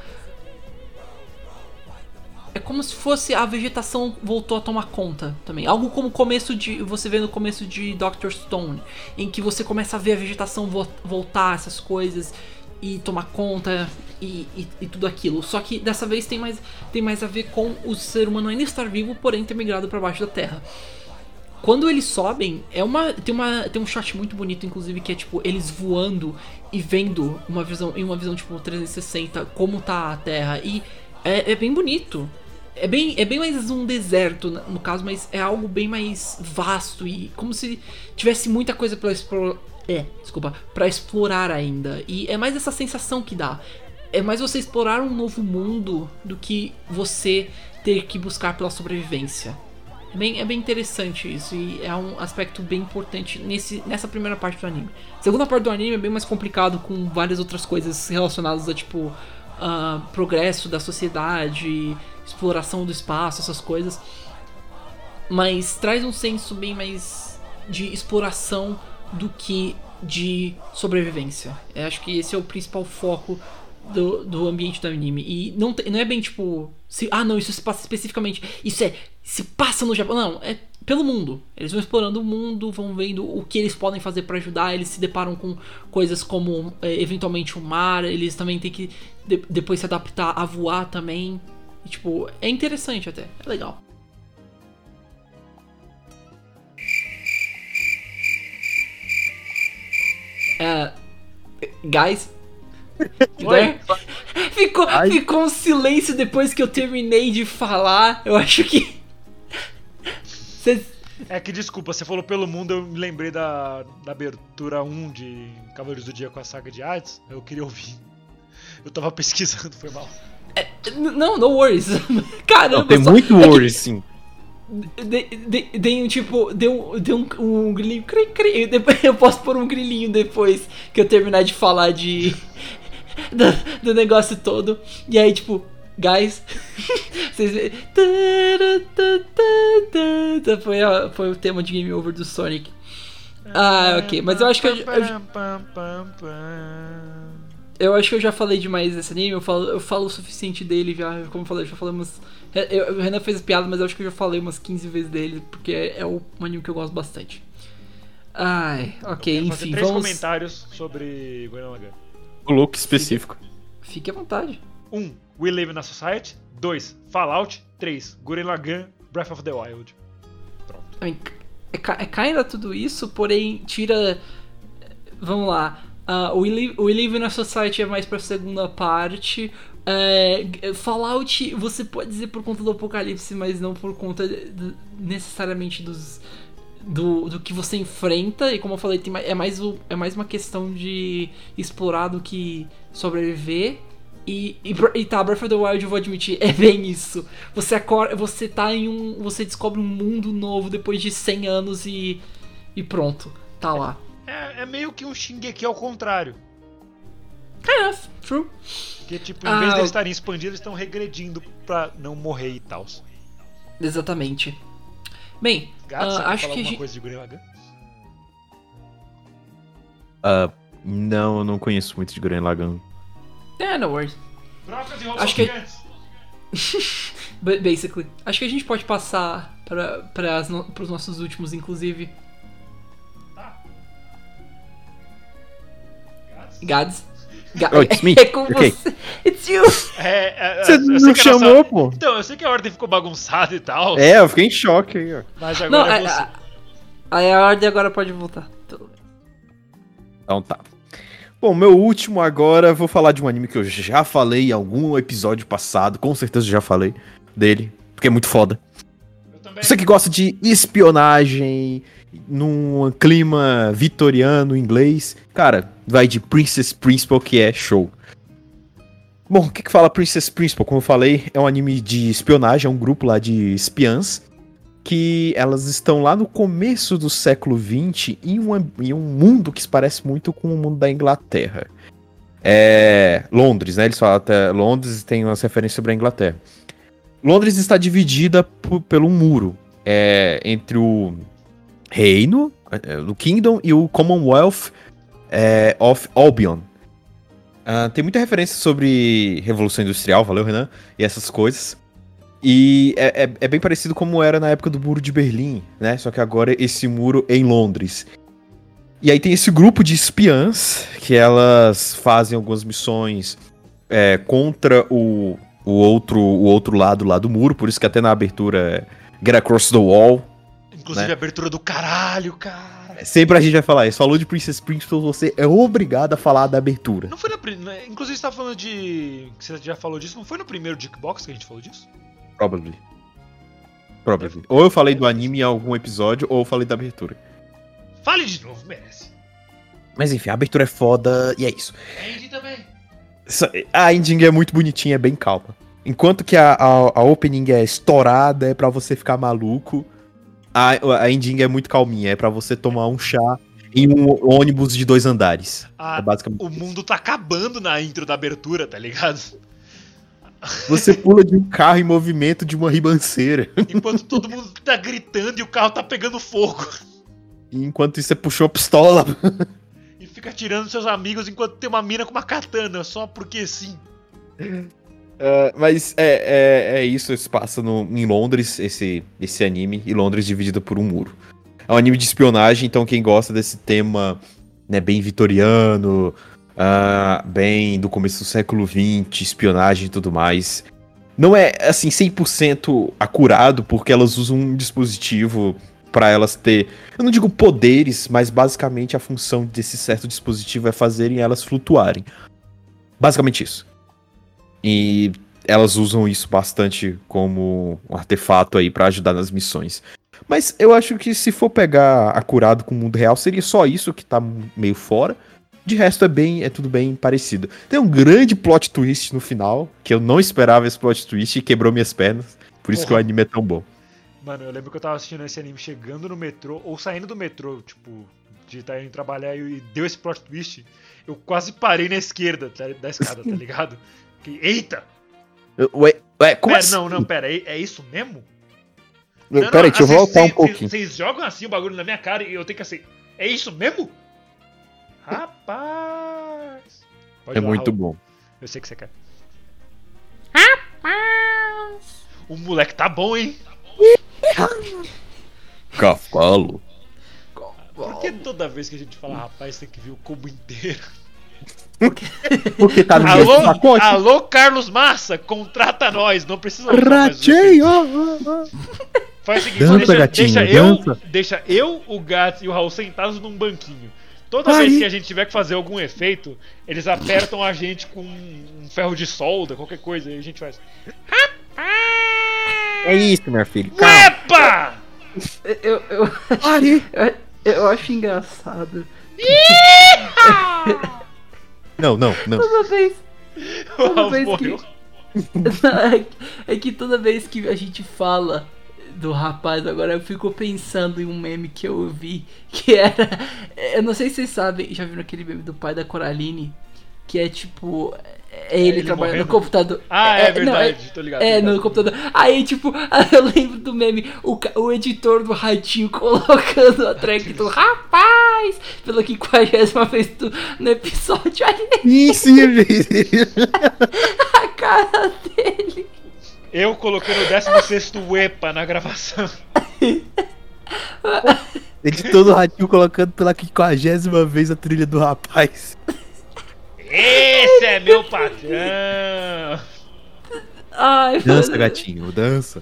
É como se fosse a vegetação voltou a tomar conta também. Algo como você vê no começo de Dr. Stone, em que você começa a ver a vegetação voltar, essas coisas, e tomar conta e tudo aquilo. Só que dessa vez tem mais a ver com o ser humano ainda estar vivo, porém ter migrado para baixo da terra. Quando eles sobem, tem um shot muito bonito, inclusive, que é tipo eles voando e vendo uma visão tipo 360 como tá a terra, e é bem bonito. É bem mais um deserto no caso, mas é algo bem mais vasto e como se tivesse muita coisa pra explorar ainda. E é mais essa sensação que dá. É mais você explorar um novo mundo do que você ter que buscar pela sobrevivência. É bem interessante isso, e é um aspecto bem importante nessa primeira parte do anime. A segunda parte do anime é bem mais complicado, com várias outras coisas relacionadas a tipo progresso da sociedade, exploração do espaço, essas coisas. Mas traz um senso bem mais de exploração do que de sobrevivência. Eu acho que esse é o principal foco do ambiente do anime. E não é bem tipo... isso se passa especificamente... se passa no Japão. Não, é pelo mundo. Eles vão explorando o mundo, vão vendo o que eles podem fazer pra ajudar. Eles se deparam com coisas como, eventualmente, o mar. Eles também têm que depois se adaptar a voar também. E, tipo, é interessante até. É legal. Guys... Ficou um silêncio depois que eu terminei de falar. Eu acho que... É que desculpa, você falou pelo mundo, eu me lembrei da abertura 1 de Cavaleiros do Dia com a saga de Hades. Eu queria ouvir. Eu tava pesquisando, foi mal. Não worries. Caramba, tem muito worries, sim. Deu um grilinho. Depois eu posso pôr um grilinho depois que eu terminar de falar do negócio todo. E aí, tipo, guys, vocês veem. Foi o tema de Game Over do Sonic. Ok, mas eu acho que Eu acho que eu já falei demais desse anime, eu falo o suficiente dele já, como eu falei, já falei umas... O Renan fez piada, mas eu acho que eu já falei umas 15 vezes dele, porque é um anime que eu gosto bastante. Ai, ok, enfim, fazer 3 comentários sobre Gurren Lagann. O look específico. Fique à vontade. 1. We Live in a Society. 2. Fallout. 3. Gurren Lagann, Breath of the Wild. Pronto. É kinda tudo isso, porém tira... Vamos lá. We Live in a Society é mais pra segunda parte. Fallout, você pode dizer por conta do apocalipse, mas não por conta necessariamente do que você enfrenta. E como eu falei, é mais uma questão de explorar do que sobreviver. E tá, Breath of the Wild, eu vou admitir, é bem isso. Você tá você descobre um mundo novo depois de 100 anos e pronto, tá lá. É meio que um Shingeki ao contrário. True. Que tipo, em vez de eles estarem expandindo, eles estão regredindo pra não morrer e tal. Exatamente. Bem, Gato, acho que alguma coisa de Gurren Lagann? Não, eu não conheço muito de Gurren Lagann. No worries. Trocas e Acho que- gigantes. Basically. Acho que a gente pode passar pros nossos últimos, inclusive. Gads. Oh, it's me. É com Ok. você. It's you. Você eu sei não que a chamou, pô? Então, eu sei que a ordem ficou bagunçada e tal. Eu fiquei em choque aí, ó. Mas Não, agora é você. Aí a ordem agora pode voltar. Então tá. Bom, meu último agora, vou falar de um anime que eu já falei em algum episódio passado, com certeza já falei dele, porque é muito foda. Eu também. Você que gosta de espionagem, num clima vitoriano inglês, cara, vai de Princess Principal, que é show. Bom, o que fala Princess Principal? Como eu falei, é um anime de espionagem, é um grupo lá de espiãs, que elas estão lá no começo do século XX em um mundo que se parece muito com o mundo da Inglaterra. É Londres, né? Eles falam até Londres, tem umas referências sobre a Inglaterra. Londres está dividida pelo muro entre o reino, o Kingdom, e o Commonwealth of Albion. Tem muita referência sobre Revolução Industrial, valeu, Renan? E essas coisas. E é bem parecido como era na época do Muro de Berlim, né? Só que agora esse muro em Londres. E aí tem esse grupo de espiãs que elas fazem algumas missões contra o outro lado lá do muro. Por isso que até na abertura Get Across the Wall. Inclusive né? a abertura do caralho, cara. Sempre a gente vai falar isso. Falou de Princess Principal, você é obrigado a falar da abertura. Não foi na primeira. Inclusive você tava falando de. Que você já falou disso, não foi no primeiro Jukebox que a gente falou disso? Probably. Ou eu falei do anime em algum episódio, ou eu falei da abertura. Fale de novo, merece. Mas enfim, a abertura é foda e é isso. A Indy também. A ending é muito bonitinha, é bem calma. Enquanto que a opening é estourada, é pra você ficar maluco. A ending é muito calminha, é pra você tomar um chá em um ônibus de 2 andares. É basicamente O mundo tá acabando na intro da abertura, tá ligado? Você pula de um carro em movimento de uma ribanceira. Enquanto todo mundo tá gritando e o carro tá pegando fogo. E enquanto isso, você puxou a pistola. E fica atirando seus amigos enquanto tem uma mina com uma katana, só porque sim. Mas é isso, se passa em Londres, esse anime, e Londres dividido por um muro. É um anime de espionagem, então quem gosta desse tema, né, bem vitoriano, bem do começo do século XX, espionagem e tudo mais, não é, assim, 100% acurado, porque elas usam um dispositivo pra elas ter, eu não digo poderes, mas basicamente a função desse certo dispositivo é fazerem elas flutuarem. Basicamente isso. E elas usam isso bastante como um artefato aí pra ajudar nas missões. Mas eu acho que se for pegar acurado com o mundo real, seria só isso que tá meio fora. De resto é tudo bem parecido. Tem um grande plot twist no final, que eu não esperava esse plot twist e quebrou minhas pernas. Por isso que o anime é tão bom. Mano, eu lembro que eu tava assistindo esse anime chegando no metrô, ou saindo do metrô, tipo, de estar indo trabalhar e deu esse plot twist. Eu quase parei na esquerda da escada, tá ligado? Que, eita! Ué, como Pera, assim? não, pera, é isso mesmo? Peraí, deixa eu voltar um pouquinho. Vocês jogam assim o bagulho na minha cara e eu tenho que assim. É isso mesmo? Rapaz! Pode É ir lá, muito Raul. bom. Eu sei que você quer. Rapaz! O moleque tá bom, hein? Cavalo. Por que toda vez que a gente fala rapaz tem que vir o combo inteiro? Porque tá no mesmo Alô, pacote. alô, Carlos Massa, contrata nós, não precisa usar mais os Ratinho! efeitos. Faz o seguinte, Dança, gatinho, dança. deixa eu, o Gats e o Raul sentados num banquinho. Toda Aí. vez que a gente tiver que fazer algum efeito, eles apertam a gente com um ferro de solda, qualquer coisa, e a gente faz. É isso, meu filho. Calma. Epa! Pare. Eu acho engraçado. Não. Toda vez. O Raul vez morreu. É que toda vez que a gente fala do rapaz, agora eu fico pensando em um meme que eu vi, que era. Eu não sei se vocês sabem, já viram aquele meme do pai da Coraline? Que é tipo. É ele trabalhando morrendo? no computador. Ah, é não, verdade, tô ligado. É, tô ligado. no computador. Aí, tipo, eu lembro do meme, o editor do Ratinho colocando a track do rapaz pela 50ª vez no episódio. Aí Sim. a cara dele. Eu coloquei no 16º EPA na gravação. Editor do Ratinho colocando pela 50ª vez a trilha do rapaz. Esse é meu patrão! Ai, Dança, mano. gatinho, dança.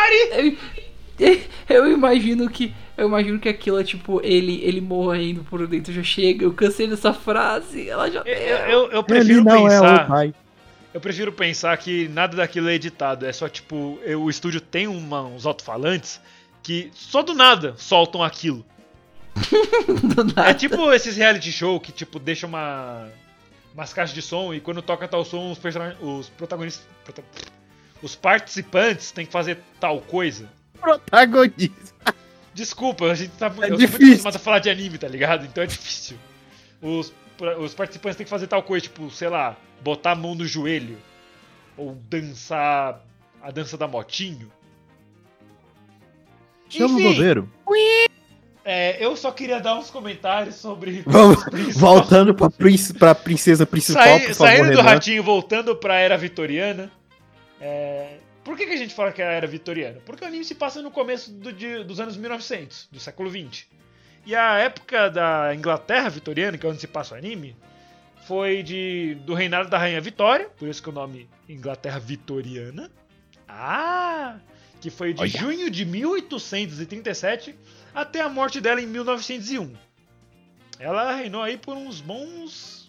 Eu imagino que aquilo é tipo ele morrendo por dentro já chega. Eu cansei dessa frase, ela já Eu prefiro Ele não é o pensar. pai. Eu prefiro pensar que nada daquilo é editado. É só tipo, o estúdio tem uns alto-falantes que só do nada soltam aquilo. do nada. É tipo esses reality show que tipo deixa umas caixas de som e quando toca tal som os protagonistas, os participantes têm que fazer tal coisa. Protagonista. Desculpa, a gente tá eu sou muito difícil. acostumado a falar de anime, tá ligado? Então é difícil. Os participantes têm que fazer tal coisa, tipo, sei lá, botar a mão no joelho. Ou dançar a dança da motinho. Chama o Enfim, goleiro. eu só queria dar uns comentários sobre... Vamos, voltando pra princesa principal, por favor, Saindo do Renan. ratinho, voltando pra era vitoriana. Por que a gente fala que é a era vitoriana? Porque o anime se passa no começo dos anos 1900, do século 20. E a época da Inglaterra vitoriana, que é onde se passa o anime, foi do reinado da Rainha Vitória, por isso que o nome Inglaterra Vitoriana. Que foi de Olha. junho de 1837 até a morte dela em 1901. Ela reinou aí por uns bons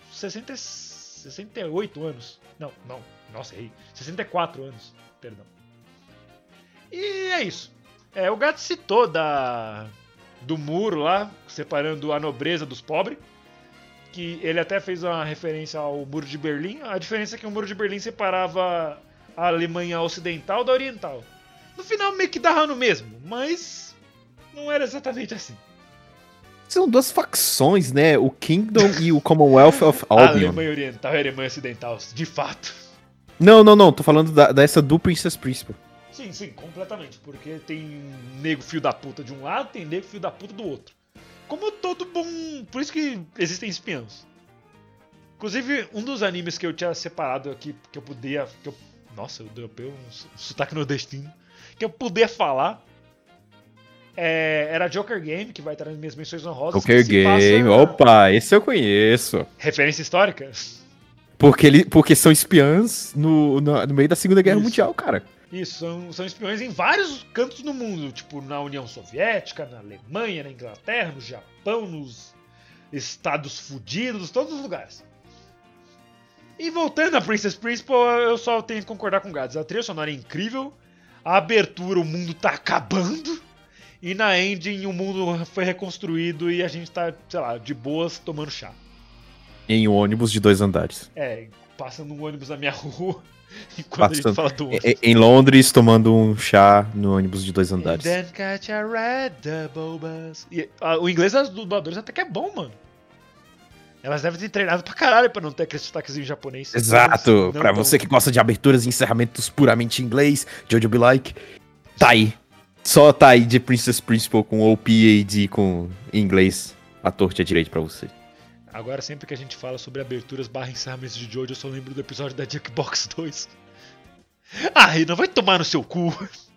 68 anos. Não, nossa, errei. 64 anos, perdão. E é isso. O gato citou do muro lá, separando a nobreza dos pobres. Que ele até fez uma referência ao Muro de Berlim. A diferença é que o Muro de Berlim separava a Alemanha Ocidental da Oriental. No final meio que dava no mesmo, mas não era exatamente assim. São duas facções, né? O Kingdom e o Commonwealth of A Albion. Alemanha Oriental e a Alemanha Ocidental, de fato. Não, tô falando dessa do Princess Principal. Sim, completamente. Porque tem nego fio da puta de um lado, tem nego fio da puta do outro. Como todo bom... Por isso que existem espiãos. Inclusive, um dos animes que eu tinha separado aqui, que eu podia... Nossa, eu dropei um sotaque nordestino. Que eu podia falar. Era Joker Game, que vai estar nas minhas menções honrosas. Joker que se Game, passa- opa, esse eu conheço. Referência histórica? Porque são espiãs no meio da Segunda Guerra Isso. Mundial, cara. Isso, são espiões em vários cantos do mundo. Tipo, na União Soviética, na Alemanha, na Inglaterra, no Japão, nos Estados Fudidos, todos os lugares. E voltando a Princess Principal, eu só tenho que concordar com o Gads. A trilha sonora é incrível. A abertura, o mundo tá acabando. E na ending, o mundo foi reconstruído e a gente tá, sei lá, de boas, tomando chá. Em um ônibus de 2 andares. Passando um ônibus na minha rua. Enquanto a gente fala do ônibus. Em Londres, tomando um chá no ônibus de 2 And andares. then catch a red double bus. O inglês das dubladoras até que é bom, mano. Elas devem ter treinado pra caralho pra não ter aquele sotaquezinho japonês. Exato, Não pra tão- você que gosta de aberturas e encerramentos puramente em inglês, Jojo Be Like, tá aí. Só tá aí de Princess Principal com OPAD com em inglês, a torta é direito pra você. Agora, sempre que a gente fala sobre aberturas / encerramentos de Jojo, eu só lembro do episódio da Jackbox 2. Ah, Renan, vai tomar no seu cu.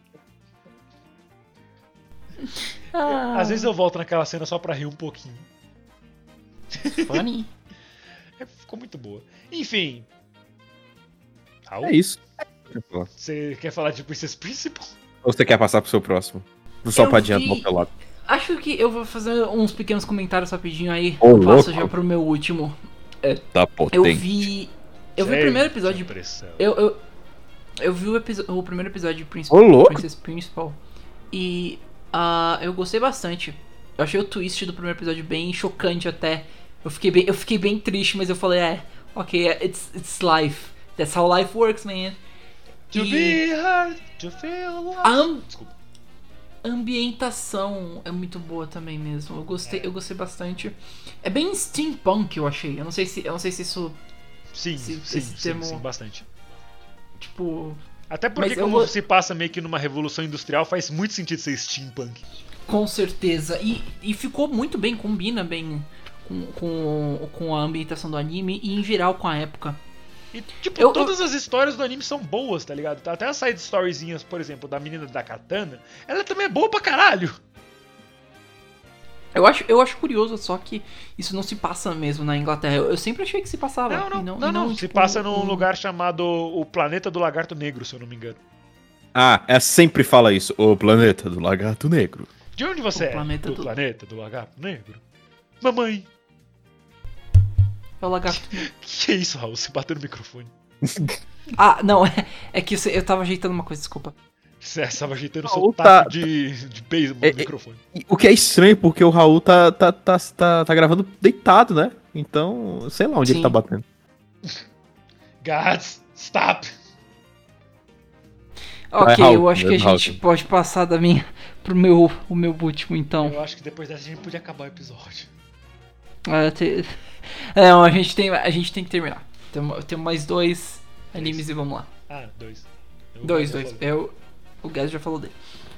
Às vezes eu volto naquela cena só pra rir um pouquinho. Funny. Ficou muito boa. Enfim. Raul, É isso. você quer falar de Princess Principal? Ou você quer passar pro seu próximo? Só pra adiantar o teu lado. Acho que eu vou fazer uns pequenos comentários rapidinho aí. Ô, Eu passo louco. já pro meu último. Tá potente. Eu vi o primeiro episódio. Impressão. Eu vi o primeiro episódio de Ô, louco. Princess Principal. E eu gostei bastante. Eu achei o twist do primeiro episódio bem chocante até. Eu fiquei bem triste, mas eu falei, ok, it's life. That's how life works, man. To be hard, to feel love. Desculpa. A ambientação é muito boa também mesmo. Eu gostei bastante. É bem steampunk, eu achei. Eu não sei se isso, Sim, esse termo- sim, bastante. tipo, Até porque Mas eu como vou- se passa meio que numa revolução industrial, faz muito sentido ser steampunk. com certeza. E ficou muito bem, combina bem com a ambientação do anime e em geral com a época. E, tipo, Eu- todas as histórias do anime são boas, tá ligado? Até as side storiezinhas, por exemplo, da menina da katana, ela também é boa pra caralho. Eu acho curioso só que isso não se passa mesmo na Inglaterra. Eu sempre achei que se passava. Não. Se tipo, passa num lugar chamado o Planeta do Lagarto Negro, se eu não me engano. Sempre fala isso. O planeta do lagarto negro. De onde você O é? planeta Do do- Planeta do Lagarto Negro? Mamãe. É o lagarto. Que é isso, Raul? Você bateu no microfone. Não, é que eu tava ajeitando uma coisa, desculpa. Você estava ajeitando o Raul seu taco de beisebol no microfone. E o que é estranho, porque o Raul tá gravando deitado, né? Então, sei lá onde ele Sim. tá batendo. Gads, stop! Ok, Raul, eu acho que a Raul. gente pode passar pro meu último, então. Eu acho que depois dessa a gente podia acabar o episódio. Não, a gente tem que terminar. Temos mais 2 animes e vamos lá. 2. Dois. O Gaz já falou dele.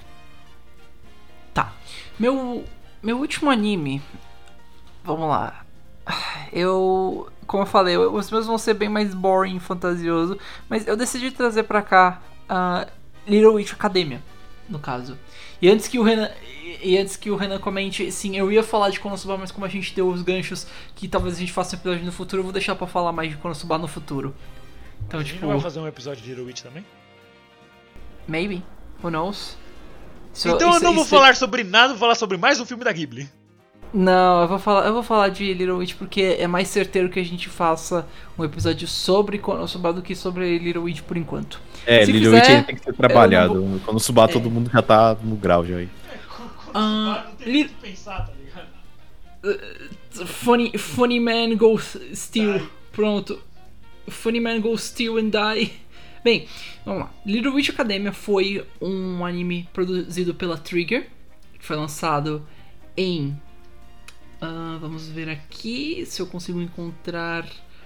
Tá. Meu último anime. Vamos lá. Como eu falei, os meus vão ser bem mais boring e fantasioso. Mas eu decidi trazer pra cá Little Witch Academia, no caso. E antes que o Renan comente, sim, eu ia falar de Konosuba, mas como a gente deu os ganchos que talvez a gente faça um episódio no futuro, eu vou deixar pra falar mais de Konosuba no futuro. Então, A gente tipo, não vai fazer um episódio de Little Witch também? maybe, who knows? Então eu não vou falar sobre nada, vou falar sobre mais um filme da Ghibli. Não, eu vou falar de Little Witch porque é mais certeiro que a gente faça um episódio sobre Konosuba do que sobre Little Witch por enquanto. Se Little Witch fizer, ele tem que ser trabalhado. eu não Quando subar, todo mundo já tá no grau já aí. Não tem Li- muito o que pensar, tá ligado? Funny Man Go Steal. Pronto. Funny Man Go Steal and Die. Bem, vamos lá. Little Witch Academia foi um anime produzido pela Trigger, que foi lançado em... vamos ver aqui se eu consigo encontrar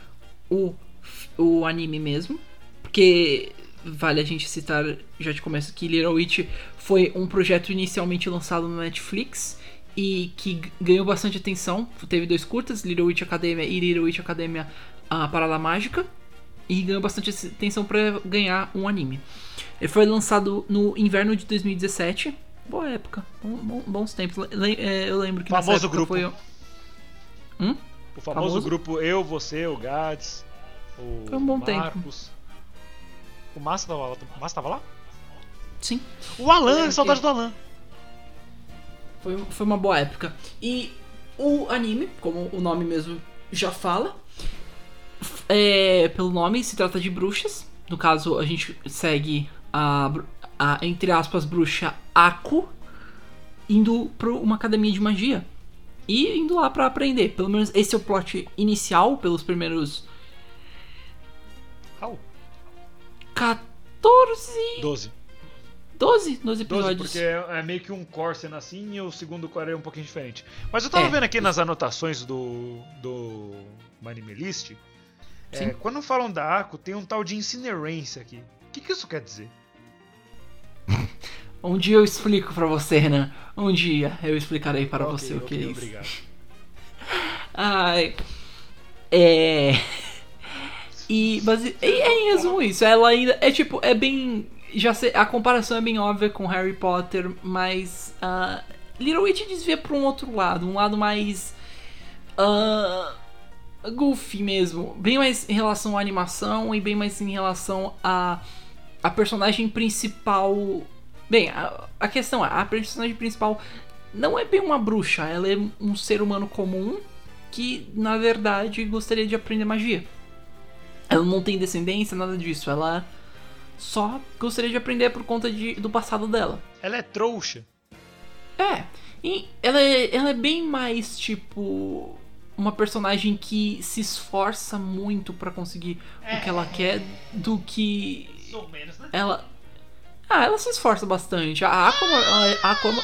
o anime mesmo. Porque vale a gente citar já de começo que Little Witch foi um projeto inicialmente lançado no Netflix e que ganhou bastante atenção. Teve 2 curtas, Little Witch Academia e Little Witch Academia a Parada Mágica. E ganhou bastante atenção para ganhar um anime. Ele foi lançado no inverno de 2017. Boa época, bons tempos. Eu lembro que nessa Famoso época grupo. foi... O famoso grupo eu, você, o Gads, o Foi um bom Marcos. O Massa tava lá? O Massa tava lá? Sim. O Alan, É, saudade do Alan. Foi uma boa época. E o anime, como o nome mesmo já fala, pelo nome, se trata de bruxas. No caso, a gente segue a entre aspas, bruxa Aku indo pra uma academia de magia. E indo lá pra aprender. Pelo menos esse é o plot inicial, pelos primeiros Raul. 12 12, episódios. porque é meio que um core sendo assim e o segundo core é um pouquinho diferente. Mas eu tava vendo aqui nas anotações do Anime List, quando falam da Ako, tem um tal de Incinerance aqui. O que isso quer dizer? Um dia eu explico pra você, Renan. Um dia eu explicarei para você o que é isso. Obrigado. Ai. E em resumo isso, ela ainda é tipo, é bem, já sei, a comparação é bem óbvia com Harry Potter, mas Little Witch desvia pra um outro lado, um lado mais goofy mesmo, bem mais em relação à animação e bem mais em relação a personagem principal. Bem, a questão é, a personagem principal não é bem uma bruxa, ela é um ser humano comum que, na verdade, gostaria de aprender magia. Ela não tem descendência, nada disso, ela só gostaria de aprender por conta do passado dela. Ela é trouxa. E ela é bem mais, tipo, uma personagem que se esforça muito pra conseguir o que ela quer do que... Ou menos, né? Ela se esforça bastante. A Aqua...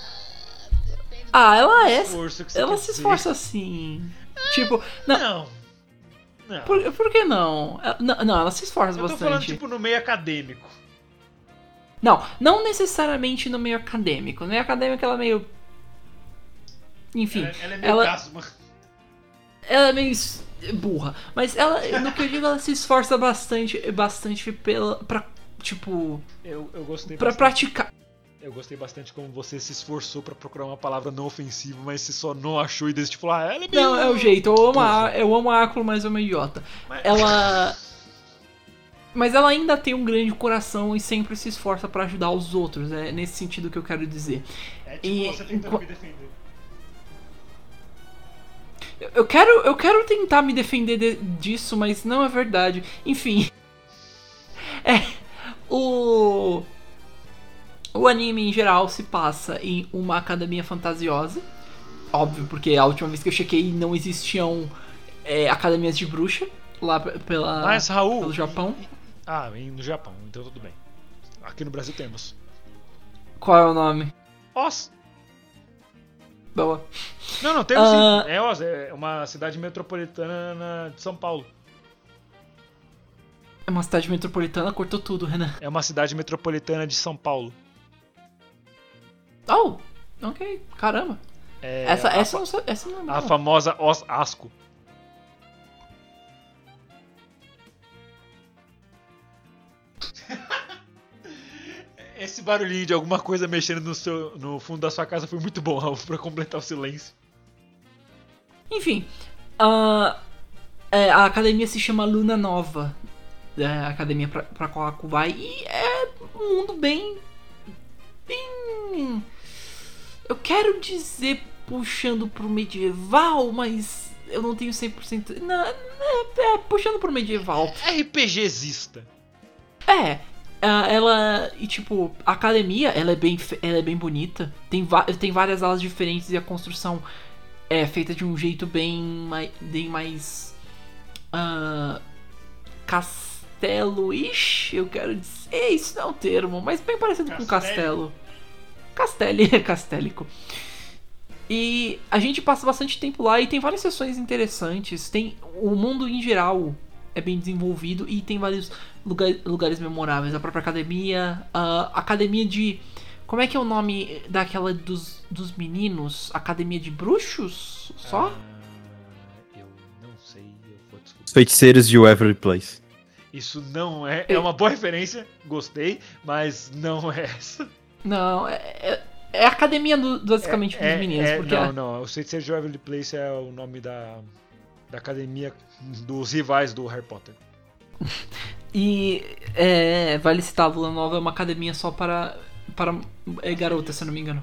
Ela se esforça assim. Tipo, não. Por que não? Não, ela se esforça bastante. Eu tô falando, tipo, no meio acadêmico. Não necessariamente no meio acadêmico. No meio acadêmico ela é meio... Enfim. Ela é meio casma. Ela é meio burra. Mas ela, no que eu digo, ela se esforça bastante pra, tipo... Eu gostei pra bastante. praticar. Eu gostei bastante como você se esforçou pra procurar uma palavra não ofensiva, mas você só não achou e decidiu falar, ela é meio... Não, é o jeito. Eu amo a Áculo, mas é uma idiota. Mas ela ainda tem um grande coração e sempre se esforça pra ajudar os outros. É nesse sentido que eu quero dizer. É tipo você tentando me defender. Eu quero tentar me defender disso, mas não é verdade. Enfim. O anime, em geral, se passa em uma academia fantasiosa. Óbvio, porque a última vez que eu chequei não existiam academias de bruxa lá Mas, Raul, pelo Japão. No Japão, então tudo bem. Aqui no Brasil temos. Qual é o nome? Oz. Boa. Não, temos sim. É Oz, é uma cidade metropolitana de São Paulo. É uma cidade metropolitana, cortou tudo, Renan. É uma cidade metropolitana de São Paulo. Oh, ok, caramba. Essa não é a famosa Osasco. Esse barulhinho de alguma coisa mexendo no fundo da sua casa foi muito bom, Raul, pra completar o silêncio. Enfim, a academia se chama Luna Nova. É a academia pra qual a Aku vai. E é um mundo bem... Eu quero dizer puxando pro medieval, mas eu não tenho 100%... Não, puxando pro medieval. RPGzista. Ela... E tipo, a academia, ela é bem bonita. Tem várias alas diferentes e a construção é feita de um jeito bem mais... castelo-ish, eu quero dizer. Isso não é um termo, mas bem parecido com castelo. Castélico. E a gente passa bastante tempo lá e tem várias sessões interessantes. O mundo em geral é bem desenvolvido e tem vários lugares memoráveis. A própria academia, a academia de... Como é que é o nome daquela dos meninos? Academia de bruxos? Só? Eu não sei, eu vou desculpar. Os feiticeiros de Waverly Place. Isso não é uma boa referência, gostei, mas não é essa. Não, é a academia basicamente dos meninos. Porque não, o Feiticeiros de Waverly Place é o nome da academia dos rivais do Harry Potter. E vale citar, a Luna Nova é uma academia só para garotas, se eu não me engano.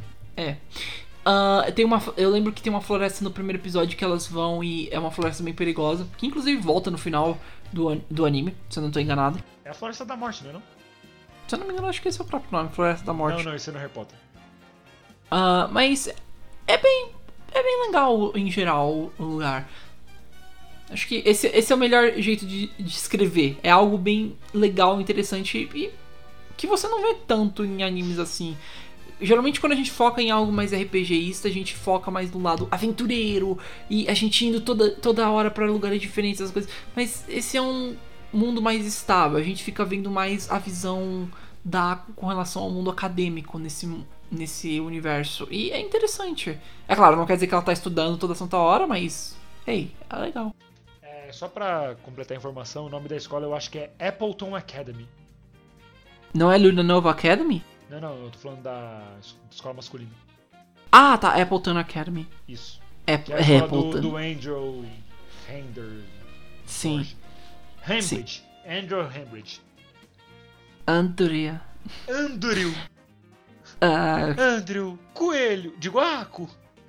Eu lembro que tem uma floresta no primeiro episódio que elas vão e é uma floresta bem perigosa, que inclusive volta no final do anime, se eu não estou enganado. É a Floresta da Morte, não é não? Se eu não me engano, acho que esse é o próprio nome, Floresta da Morte. Não, esse é no Harry Potter. Mas é bem legal em geral o lugar. Acho que esse é o melhor jeito de descrever. É algo bem legal, interessante e que você não vê tanto em animes assim. Geralmente quando a gente foca em algo mais RPGista, a gente foca mais no lado aventureiro e a gente indo toda hora pra lugares diferentes, as coisas. Mas esse é um mundo mais estável, a gente fica vendo mais a visão com relação ao mundo acadêmico nesse universo. E é interessante. É claro, não quer dizer que ela tá estudando toda santa hora, mas... é legal. Só pra completar a informação, o nome da escola eu acho que é Appleton Academy. Não é Luna Nova Academy? Não, eu tô falando da escola masculina. Ah, tá, Appleton Academy. Isso. Que é a escola Appleton. do Andrew Hender. Sim. Hambridge. Andrew Hambridge. Andrea. Andrew. Ah, Andrew. Coelho. De guaco.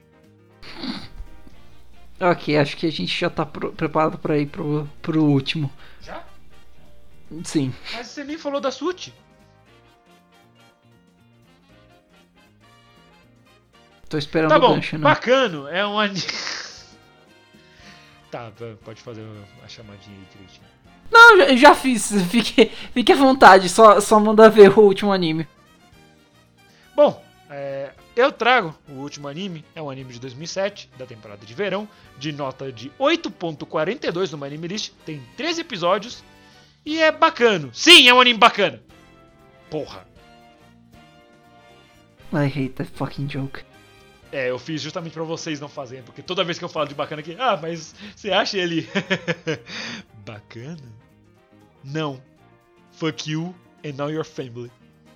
ok, acho que a gente já tá preparado pra ir pro último. Já? Sim. Mas você nem falou da Suti. Tô esperando Tá o bom, gancho, né? bacano. É um anime... Tá, pode fazer a chamadinha aí direitinho. Não, já fiz. Fique à vontade, só manda ver o último anime. Bom, eu trago o último anime. É um anime de 2007, da temporada de verão, de nota de 8.42 no Anime List. Tem 13 episódios e é bacano. Sim, é um anime bacana. Porra. I hate that fucking joke. Eu fiz justamente pra vocês não fazerem, porque toda vez que eu falo de bacana aqui, mas você acha ele bacana? Não. Fuck you and now your family.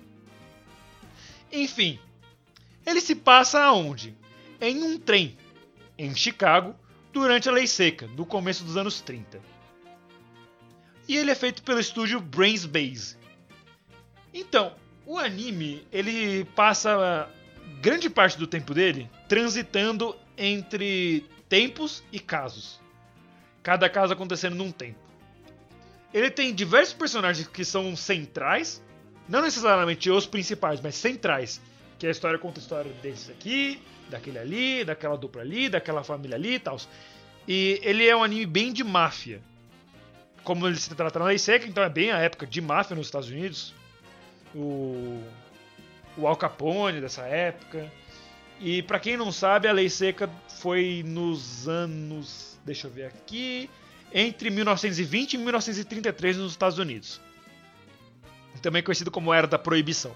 Enfim, ele se passa aonde? Em um trem, em Chicago, durante a Lei Seca, no começo dos anos 30. E ele é feito pelo estúdio Brains Base. Então, o anime, ele passa grande parte do tempo dele transitando entre tempos e casos. Cada caso acontecendo num tempo. Ele tem diversos personagens que são centrais, não necessariamente os principais, mas centrais. Que a história conta a história desse aqui, daquele ali, daquela dupla ali, daquela família ali e tal. E ele é um anime bem de máfia. Como ele se trata na Lei Seca, então é bem a época de máfia nos Estados Unidos. O Al Capone dessa época. E pra quem não sabe, a Lei Seca foi nos anos... Deixa eu ver aqui... Entre 1920 e 1933 nos Estados Unidos. Também conhecido como Era da Proibição.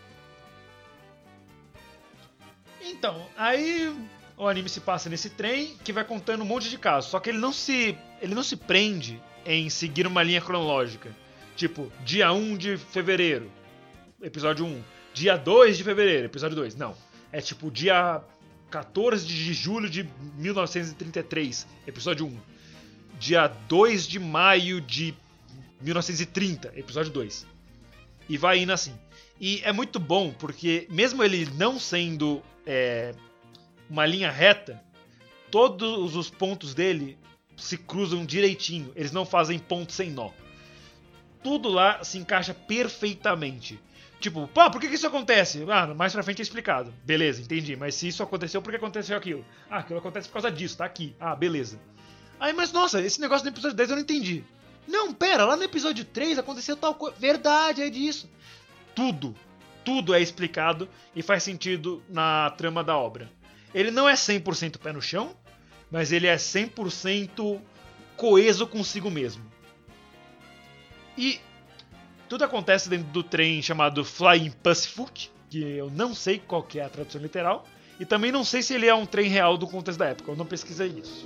Então, aí o anime se passa nesse trem que vai contando um monte de casos. Só que ele não se prende em seguir uma linha cronológica. Tipo, dia 1 de fevereiro, episódio 1. Dia 2 de fevereiro, episódio 2. Não. É tipo dia 14 de julho de 1933, episódio 1. Dia 2 de maio de 1930, episódio 2. E vai indo assim. E é muito bom, porque mesmo ele não sendo uma linha reta, todos os pontos dele se cruzam direitinho. Eles não fazem ponto sem nó. Tudo lá se encaixa perfeitamente. Tipo, por que isso acontece? Mais pra frente é explicado. Beleza, entendi. Mas se isso aconteceu, por que aconteceu aquilo? Aquilo acontece por causa disso, tá aqui. Beleza. Aí, mas nossa, esse negócio no episódio 10 eu não entendi. Não, pera, lá no episódio 3 aconteceu tal coisa. Verdade, é disso. Tudo é explicado e faz sentido na trama da obra. Ele não é 100% pé no chão, mas ele é 100% coeso consigo mesmo. E tudo acontece dentro do trem chamado Flying Pacific, que eu não sei qual que é a tradução literal, e também não sei se ele é um trem real do contexto da época, eu não pesquisei isso.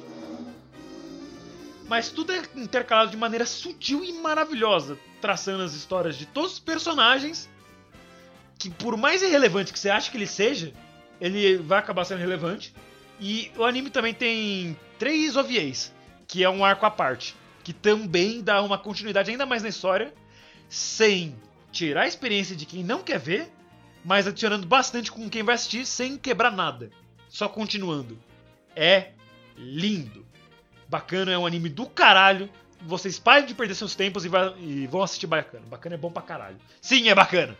Mas tudo é intercalado de maneira sutil e maravilhosa, traçando as histórias de todos os personagens, que por mais irrelevante que você ache que ele seja, ele vai acabar sendo relevante. E o anime também tem 3 OVAs, que é um arco à parte, que também dá uma continuidade ainda mais na história, sem tirar a experiência de quem não quer ver, mas adicionando bastante com quem vai assistir sem quebrar nada, só continuando. É lindo. Bacana, é um anime do caralho. Vocês parem de perder seus tempos e vão assistir Bacana. Bacana é bom pra caralho. Sim, é bacana.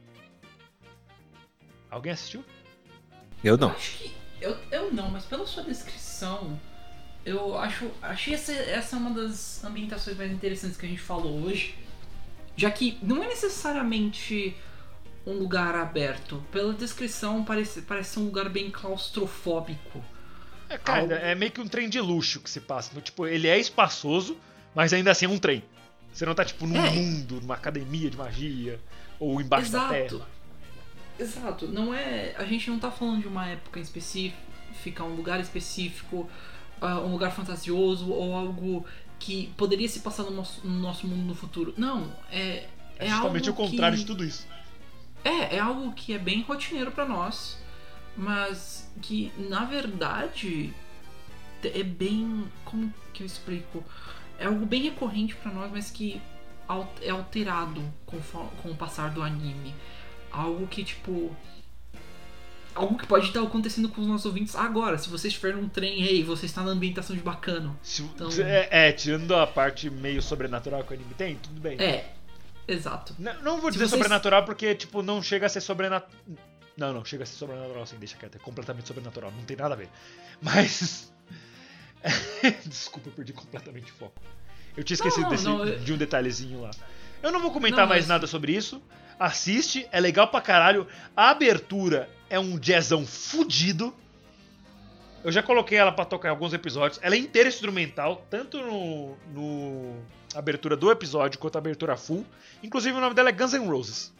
Alguém assistiu? Eu não. Eu não, mas pela sua descrição, eu achei essa uma das ambientações mais interessantes que a gente falou hoje. Já que não é necessariamente um lugar aberto. Pela descrição, parece ser um lugar bem claustrofóbico. Cara, é meio que um trem de luxo que se passa. Então, tipo, ele é espaçoso, mas ainda assim é um trem. Você não tá, tipo, num mundo, numa academia de magia, ou embaixo da terra. Exato. Não é, a gente não tá falando de uma época específica, um lugar específico, um lugar fantasioso, ou algo que poderia se passar no nosso mundo no futuro. Não, é justamente algo o contrário que... de tudo isso. É algo que é bem rotineiro pra nós, mas que, na verdade, é bem... Como que eu explico? É algo bem recorrente pra nós, mas que é alterado com o passar do anime. Algo que, tipo... Algo que pode estar acontecendo com os nossos ouvintes agora. Se você estiver num trem, hey, você está na ambientação de Bacano. Então... tirando a parte meio sobrenatural que o anime tem, tudo bem. Exato. Não vou dizer sobrenatural porque, tipo, não chega a ser sobrenatural. Não, chega a ser sobrenatural assim, deixa quieto. É completamente sobrenatural, não tem nada a ver. Mas... Desculpa, eu perdi completamente o foco. Eu tinha esquecido de um detalhezinho lá. Eu não vou comentar mais nada sobre isso. Assiste, é legal pra caralho. A abertura é um jazzão fudido. Eu já coloquei ela pra tocar em alguns episódios. Ela é inteira instrumental, tanto no abertura do episódio quanto a abertura full. Inclusive o nome dela é Guns N' Roses.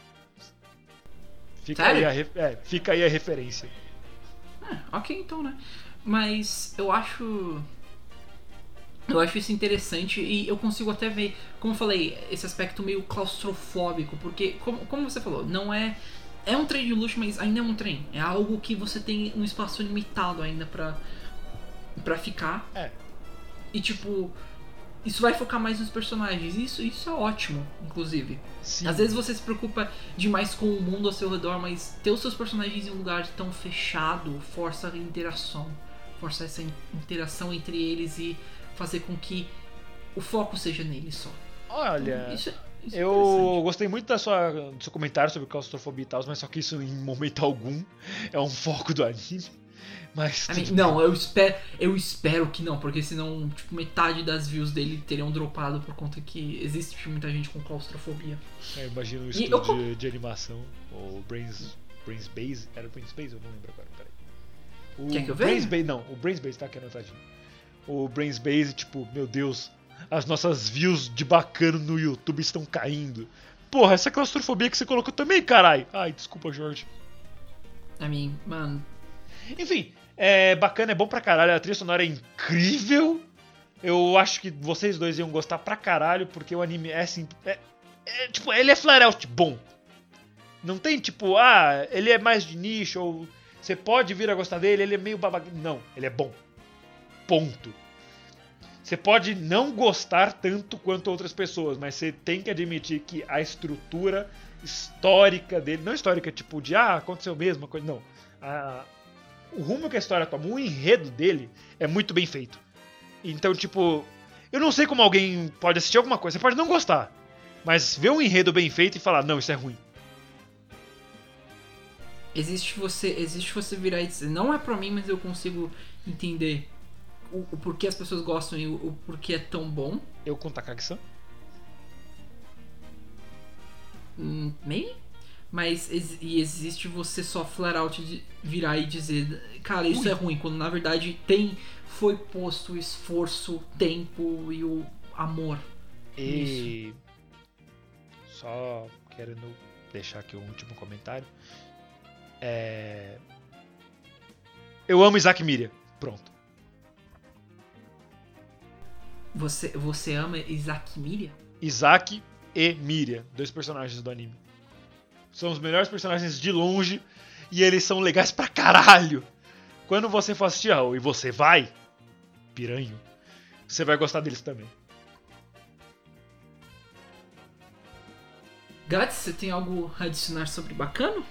Fica aí a referência. Ok, então, né? Mas eu acho isso interessante e eu consigo até ver, como eu falei, esse aspecto meio claustrofóbico, porque, como você falou, não é um trem de luxo, mas ainda é um trem. É algo que você tem um espaço limitado ainda pra ficar. E, tipo, isso vai focar mais nos personagens. Isso é ótimo, inclusive. Sim. Às vezes você se preocupa demais com o mundo ao seu redor, mas ter os seus personagens em um lugar tão fechado força a interação. Força essa interação entre eles e fazer com que o foco seja neles só. Olha, então, isso eu gostei muito do seu comentário sobre claustrofobia e tal, mas só que isso em momento algum é um foco do anime. Mas não, eu espero que não, porque senão tipo, metade das views dele teriam dropado por conta que existe muita gente com claustrofobia. Eu imagino o estúdio de animação, o Brains Base, era o Brains Base? Eu não lembro agora, peraí. Quer que eu veja? O Brains Base tá aqui anotadinho. O Brains Base, tipo, meu Deus, as nossas views de Bacano no YouTube estão caindo. Porra, essa claustrofobia que você colocou também, carai. Ai, desculpa, Jorge. Mano... Enfim, Bacana, é bom pra caralho, a trilha sonora é incrível. Eu acho que vocês dois iam gostar pra caralho, porque o anime é assim... tipo, ele é flare out bom. Não tem tipo, ele é mais de nicho, ou você pode vir a gostar dele, ele é meio babaca. Não, ele é bom. Ponto. Você pode não gostar tanto quanto outras pessoas, mas você tem que admitir que a estrutura histórica dele, não histórica tipo de aconteceu mesmo, coisa, não. O rumo que a história toma, o enredo dele é muito bem feito. Então, tipo, eu não sei como alguém pode assistir alguma coisa, você pode não gostar, mas ver um enredo bem feito e falar, não, isso é ruim. Existe você virar e dizer, não é pra mim, mas eu consigo entender o porquê as pessoas gostam e o porquê é tão bom. Eu com Takagi-san? Maybe? Mas existe você só flare out de virar e dizer, cara, isso é ruim, quando na verdade foi posto o esforço, tempo e o amor. E só querendo deixar aqui um último comentário. Eu amo Isaac Miria. Pronto. Você ama Isaac Miria? Isaac e Miria, 2 personagens do anime. São os melhores personagens de longe e eles são legais pra caralho. Quando você for assistir e você vai, piranho, você vai gostar deles também. Gats, você tem algo a adicionar sobre Bacano?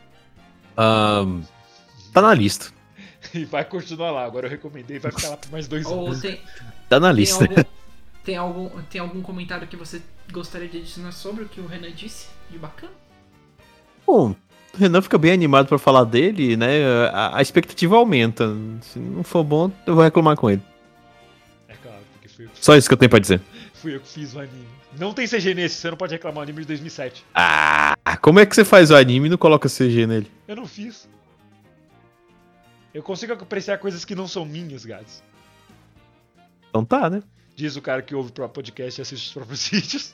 Tá na lista. E vai continuar lá, agora eu recomendei, vai ficar lá por mais 2 anos. Tá na lista. Tem algum comentário que você gostaria de adicionar sobre o que o Renan disse de Bacano? Bom, o Renan fica bem animado pra falar dele, né? A expectativa aumenta. Se não for bom, eu vou reclamar com ele. É claro, porque fui eu que... Só isso que eu tenho pra dizer. Fui eu que fiz o anime. Não tem CG nesse, você não pode reclamar, o anime de 2007. Como é que você faz o anime e não coloca CG nele? Eu não fiz. Eu consigo apreciar coisas que não são minhas, gatos. Então tá, né? Diz o cara que ouve o podcast e assiste os próprios vídeos.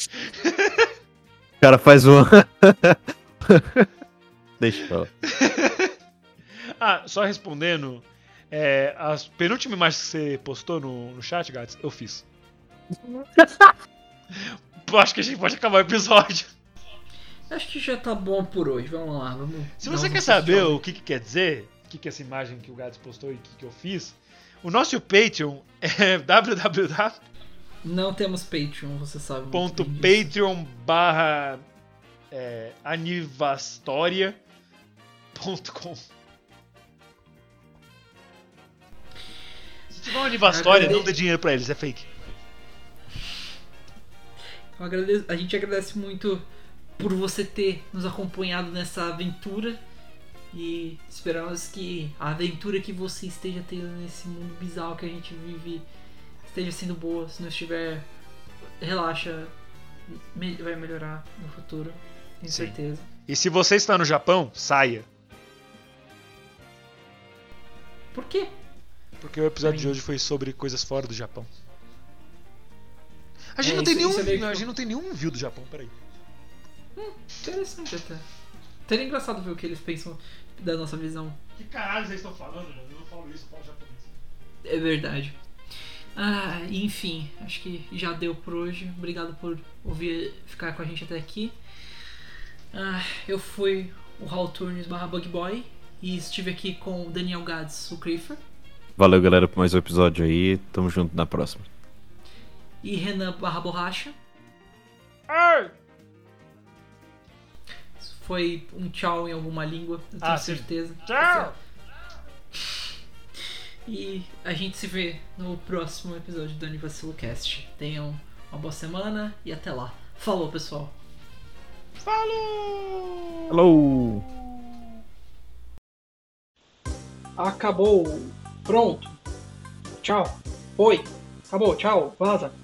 O cara faz o... Deixa eu falar. Só respondendo, as penúltimas imagens que você postou no chat, Gats, eu fiz. Acho que a gente pode acabar o episódio. Acho que já tá bom por hoje. Vamos lá. Se você quer saber o que quer dizer, o que essa imagem que o Gads postou e o que eu fiz, o nosso Patreon é www. Não temos Patreon, você sabe. .patreon.anivastoria.com. Se tiver uma Anivastória, não dê dinheiro pra eles, é fake. A gente agradece muito por você ter nos acompanhado nessa aventura e esperamos que a aventura que você esteja tendo nesse mundo bizarro que a gente vive esteja sendo boa. Se não estiver, relaxa, vai melhorar no futuro, tenho certeza. E se você está no Japão, saia. Por quê? Porque o episódio de hoje foi sobre coisas fora do Japão. A gente não tem nenhum view do Japão, peraí. Interessante até. Seria engraçado ver o que eles pensam da nossa visão. Que caralho vocês estão falando, mano? Eu não falo isso, eu falo japonês. É verdade. Enfim, acho que já deu por hoje. Obrigado por ficar com a gente até aqui. Eu fui o Raul Turnes /Bugboy e estive aqui com o Daniel Gads, o Creeper. Valeu, galera, por mais um episódio aí. Tamo junto na próxima. E Renan /Borracha. Foi um tchau em alguma língua, eu tenho certeza. Tchau! E a gente se vê no próximo episódio do Anivacilo Cast. Tenham uma boa semana e até lá. Falou, pessoal. Falou! Falou! Acabou. Pronto. Tchau. Foi. Acabou. Tchau. Vaza.